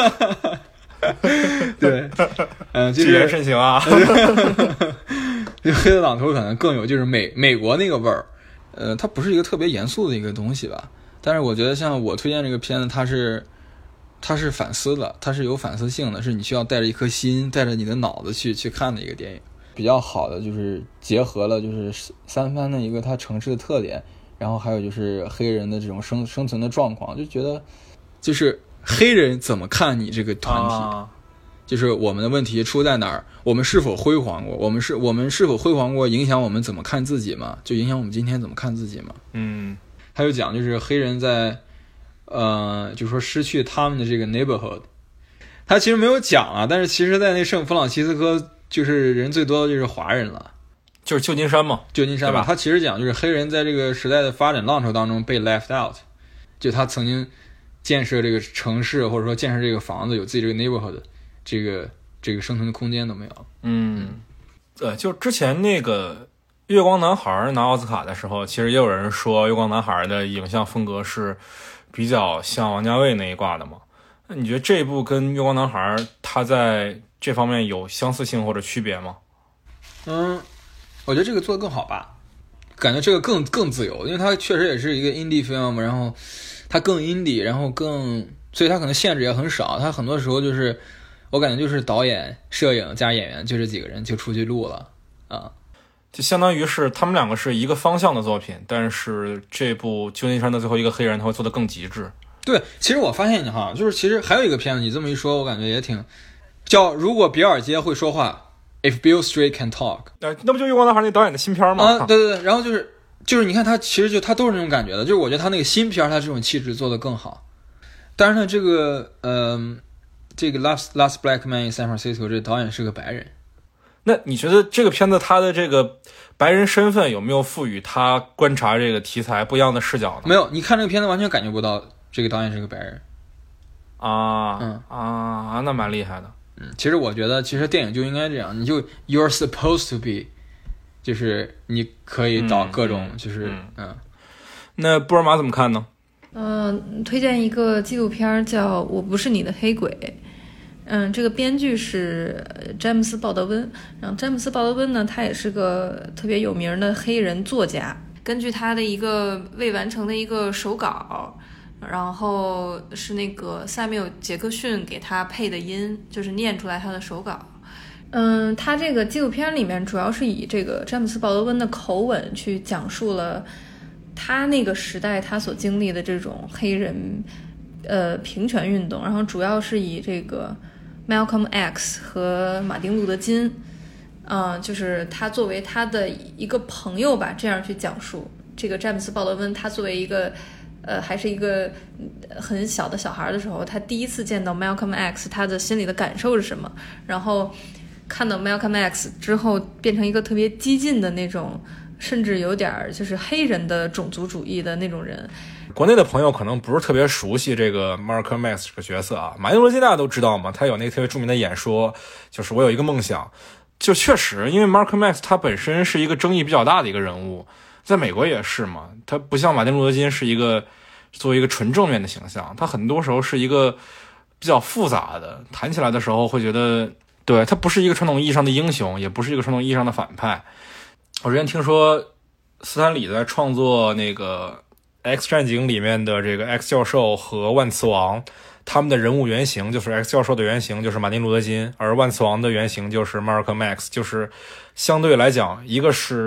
对，嗯， 谨言慎行啊。 黑色党徒可能更有就是美美国那个味儿，呃，它不是一个特别严肃的一个东西吧，但是我觉得像我推荐这个片子，它是它是反思的，它是有反思性的，是你需要带着一颗心，带着你的脑子去去看的一个电影。比较好的就是结合了就是三藩的一个它城市的特点，然后还有就是黑人的这种生生存的状况，就觉得就是黑人怎么看你这个团体、啊、就是我们的问题出在哪儿，我们是否辉煌过，我们是我们是否辉煌过影响我们怎么看自己嘛，就影响我们今天怎么看自己嘛。 嗯， 还有讲就是黑人在呃就是说失去他们的这个 neighborhood， 他其实没有讲啊，但是其实在那圣弗朗西斯科就是人最多的就是华人了， 就是旧金山嘛， 旧金山吧。他其实讲就是黑人在这个时代的发展浪潮当中被 left out， 就他曾经建设这个城市或者说建设这个房子，有自己这个 neighborhood， 这个这个生存的空间都没有。 嗯，对，就之前那个月光男孩拿奥斯卡的时候，其实也有人说月光男孩的影像风格是比较像王家卫那一挂的嘛。那你觉得这一部跟月光男孩他在这方面有相似性或者区别吗？ 嗯，我觉得这个做得更好吧，感觉这个更更自由，因为它确实也是一个 indie film， 然后它更 indie， 然后更，所以它可能限制也很少，它很多时候就是我感觉就是导演、摄影加演员就这几个人就出去录了啊， 就相当于是他们两个是一个方向的作品，但是这部旧金山的最后一个黑人他会做得更极致。 对，其实我发现你哈，就是其实还有一个片子，你这么一说，我感觉也挺叫如果比尔街会说话。If Beale Street Can Talk， 呃，那不就月光男孩那导演的新片吗？ 啊，对对对，然后就是就是你看他其实就他都是那种感觉的，就是我觉得他那个新片他这种气质做得更好。但是呢，这个呃，这个 Last Last Black Man in San Francisco 这导演是个白人。 那你觉得这个片子他的这个白人身份有没有赋予他观察这个题材不一样的视角呢？ 没有，你看这个片子完全感觉不到这个导演是个白人。 啊， 嗯啊，那蛮厉害的。 嗯，其实我觉得，其实电影就应该这样，你就 you're supposed to be， 就是你可以导各种，嗯、就是 嗯, 嗯。 那布尔玛怎么看呢？ 嗯、呃，推荐一个纪录片叫《我不是你的黑鬼》。嗯，这个编剧是詹姆斯·鲍德温，然后詹姆斯·鲍德温呢，他也是个特别有名的黑人作家。根据他的一个未完成的一个手稿。然后是那个萨缪尔·杰克逊给他配的音，就是念出来他的手稿。嗯，他这个纪录片里面主要是以这个詹姆斯·鲍德温的口吻去讲述了他那个时代他所经历的这种黑人呃平权运动，然后主要是以这个 Malcolm X 和马丁·路德·金，嗯、呃，就是他作为他的一个朋友吧，这样去讲述这个詹姆斯·鲍德温，他作为一个。呃，还是一个很小的小孩的时候，他第一次见到 Malcolm X， 他的心里的感受是什么？然后看到 Malcolm X 之后，变成一个特别激进的那种，甚至有点就是黑人的种族主义的那种人。 国内的朋友可能不是特别熟悉这个 Malcolm X 这个角色啊，马丁·路德·金大家都知道嘛，他有那个特别著名的演说，就是我有一个梦想。就确实，因为 Malcolm X 他本身是一个争议比较大的一个人物，在美国也是嘛，他不像马丁·路德·金是一个。作为一个纯正面的形象，他很多时候是一个比较复杂的，谈起来的时候会觉得，对，他不是一个传统意义上的英雄，也不是一个传统意义上的反派。我之前听说斯坦李在创作那个 X 战警里面的这个 X 教授和万磁王，他们的人物原型就是 X 教授的原型就是马丁·路德·金，而万磁王的原型就是 Malcolm X， 就是相对来讲，一个是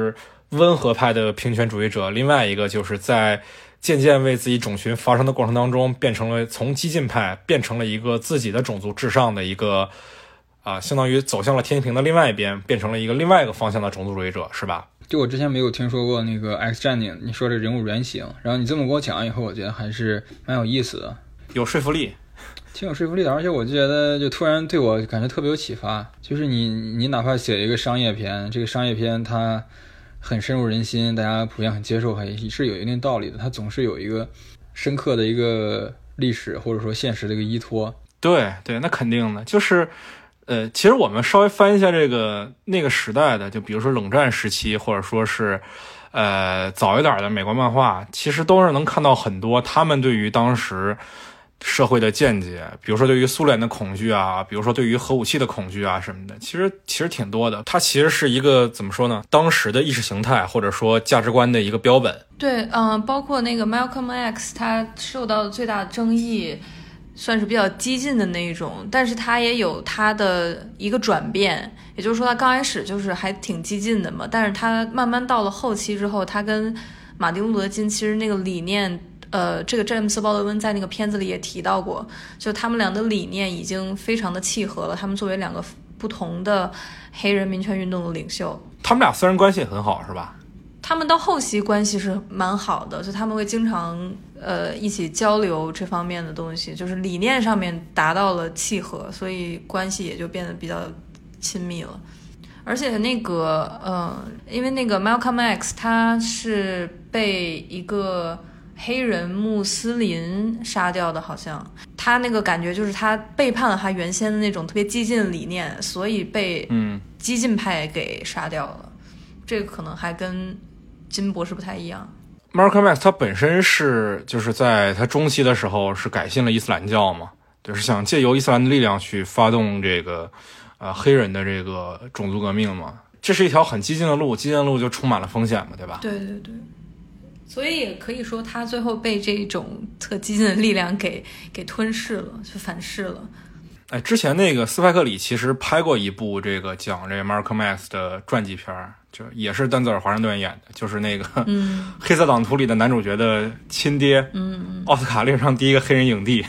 温和派的平权主义者，另外一个就是在渐渐为自己种群发声的过程当中，变成了从激进派变成了一个自己的种族至上的一个啊、呃，相当于走向了天平的另外一边，变成了一个另外一个方向的种族主义者，是吧？ 就我之前没有听说过那个 X 战警，你说这人物原型，然后你这么给我讲以后，我觉得还是蛮有意思的， 有说服力， 挺有说服力的，而且我就觉得就突然对我感觉特别有启发，就是你你哪怕写一个商业片，这个商业片它很深入人心，大家普遍很接受，还是有一定道理的，它总是有一个深刻的一个历史或者说现实的一个依托。 对对，那肯定的，就是呃，其实我们稍微翻一下这个那个时代的，就比如说冷战时期，或者说是呃早一点的美国漫画，其实都是能看到很多他们对于当时社会的见解，比如说对于苏联的恐惧啊，比如说对于核武器的恐惧啊什么的，其实其实挺多的。它其实是一个怎么说呢？当时的意识形态或者说价值观的一个标本。 对，嗯、呃，包括那个 Malcolm X， 他受到的最大的争议，算是比较激进的那一种，但是他也有他的一个转变，也就是说他刚开始就是还挺激进的嘛，但是他慢慢到了后期之后，他跟马丁路德金其实那个理念。呃，这个詹姆斯·鲍德温在那个片子里也提到过，就他们俩的理念已经非常的契合了。他们作为两个不同的黑人民权运动的领袖， 他们俩私人关系很好，是吧？ 他们到后期关系是蛮好的，就他们会经常呃一起交流这方面的东西，就是理念上面达到了契合，所以关系也就变得比较亲密了。而且那个呃，因为那个 Malcolm X 他是被一个黑人穆斯林杀掉的，好像他那个感觉就是他背叛了他原先的那种特别激进的理念，所以被激进派给杀掉了、嗯、这个可能还跟金博士不太一样。 Malcolm X 他本身是就是在他中期的时候是改信了伊斯兰教嘛，就是想借由伊斯兰的力量去发动这个呃黑人的这个种族革命嘛，这是一条很激进的路，激进的路就充满了风险嘛，对吧？ 对对对，所以也可以说他最后被这种特激进的力量给给吞噬了，就反噬了。 哎，之前那个斯派克里其实拍过一部这个讲这个 Malcolm X 的传记片，就也是丹泽尔·华盛顿演的，就是那个、嗯、黑色党徒里的男主角的亲爹，嗯，奥斯卡历史上第一个黑人影帝。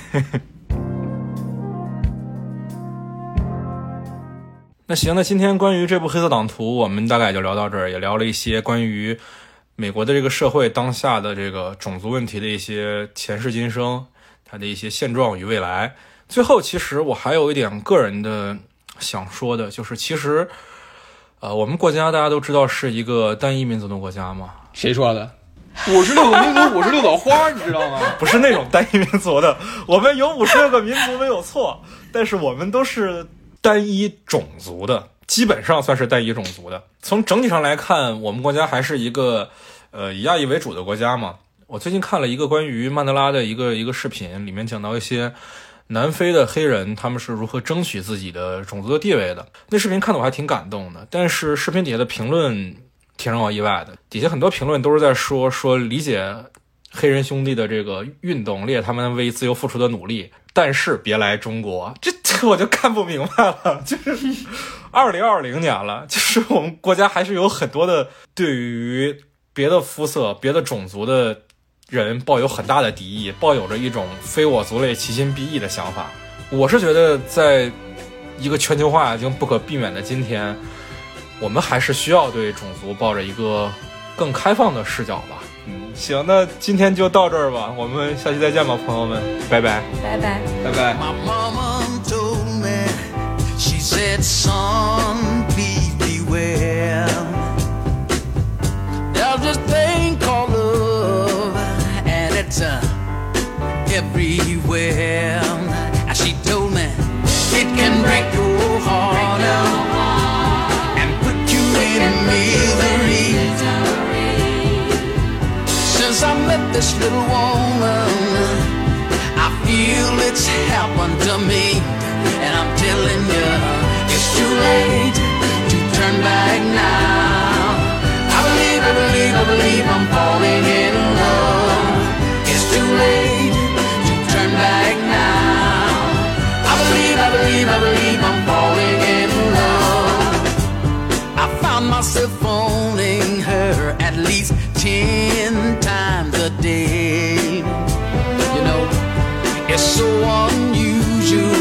那行，那今天关于这部黑色党徒我们大概就聊到这儿，也聊了一些关于美国的这个社会当下的这个种族问题的一些前世今生，它的一些现状与未来。最后其实我还有一点个人的想说的，就是其实呃，我们国家大家都知道是一个单一民族的国家嘛。 谁说的？五十六个民族，五十六朵花，你知道吗？ 不是那种单一民族的，我们有五十六个民族没有错，但是我们都是单一种族的，基本上算是单一种族的。从整体上来看，我们国家还是一个呃以亚裔为主的国家嘛。我最近看了一个关于曼德拉的一个一个视频，里面讲到一些南非的黑人他们是如何争取自己的种族的地位的。那视频看得我还挺感动的，但是视频底下的评论挺让我意外的，底下很多评论都是在说说理解黑人兄弟的这个运动，理解他们为自由付出的努力，但是别来中国。这这我就看不明白了，就是二零二零年了，就是我们国家还是有很多的对于别的肤色别的种族的人抱有很大的敌意，抱有着一种非我族类其心必异的想法。我是觉得在一个全球化已经不可避免的今天，我们还是需要对种族抱着一个更开放的视角吧。嗯，行，那今天就到这儿吧，我们下期再见吧，朋友们，拜拜， 拜拜， 拜拜。 My mama told me, she said, son, please beware. There's this thing called love, and it's uh, everywhere. And she told me it can break your heart out and put you in misery. Since I met this little woman, I feel it's happened to me. And I'm telling you, it's too late to turn back now. I believe, I believe, I believe I'm falling in love. It's too late to turn back now. I believe, I believe, I believe I'm falling in love. I found myself owning her so unusual.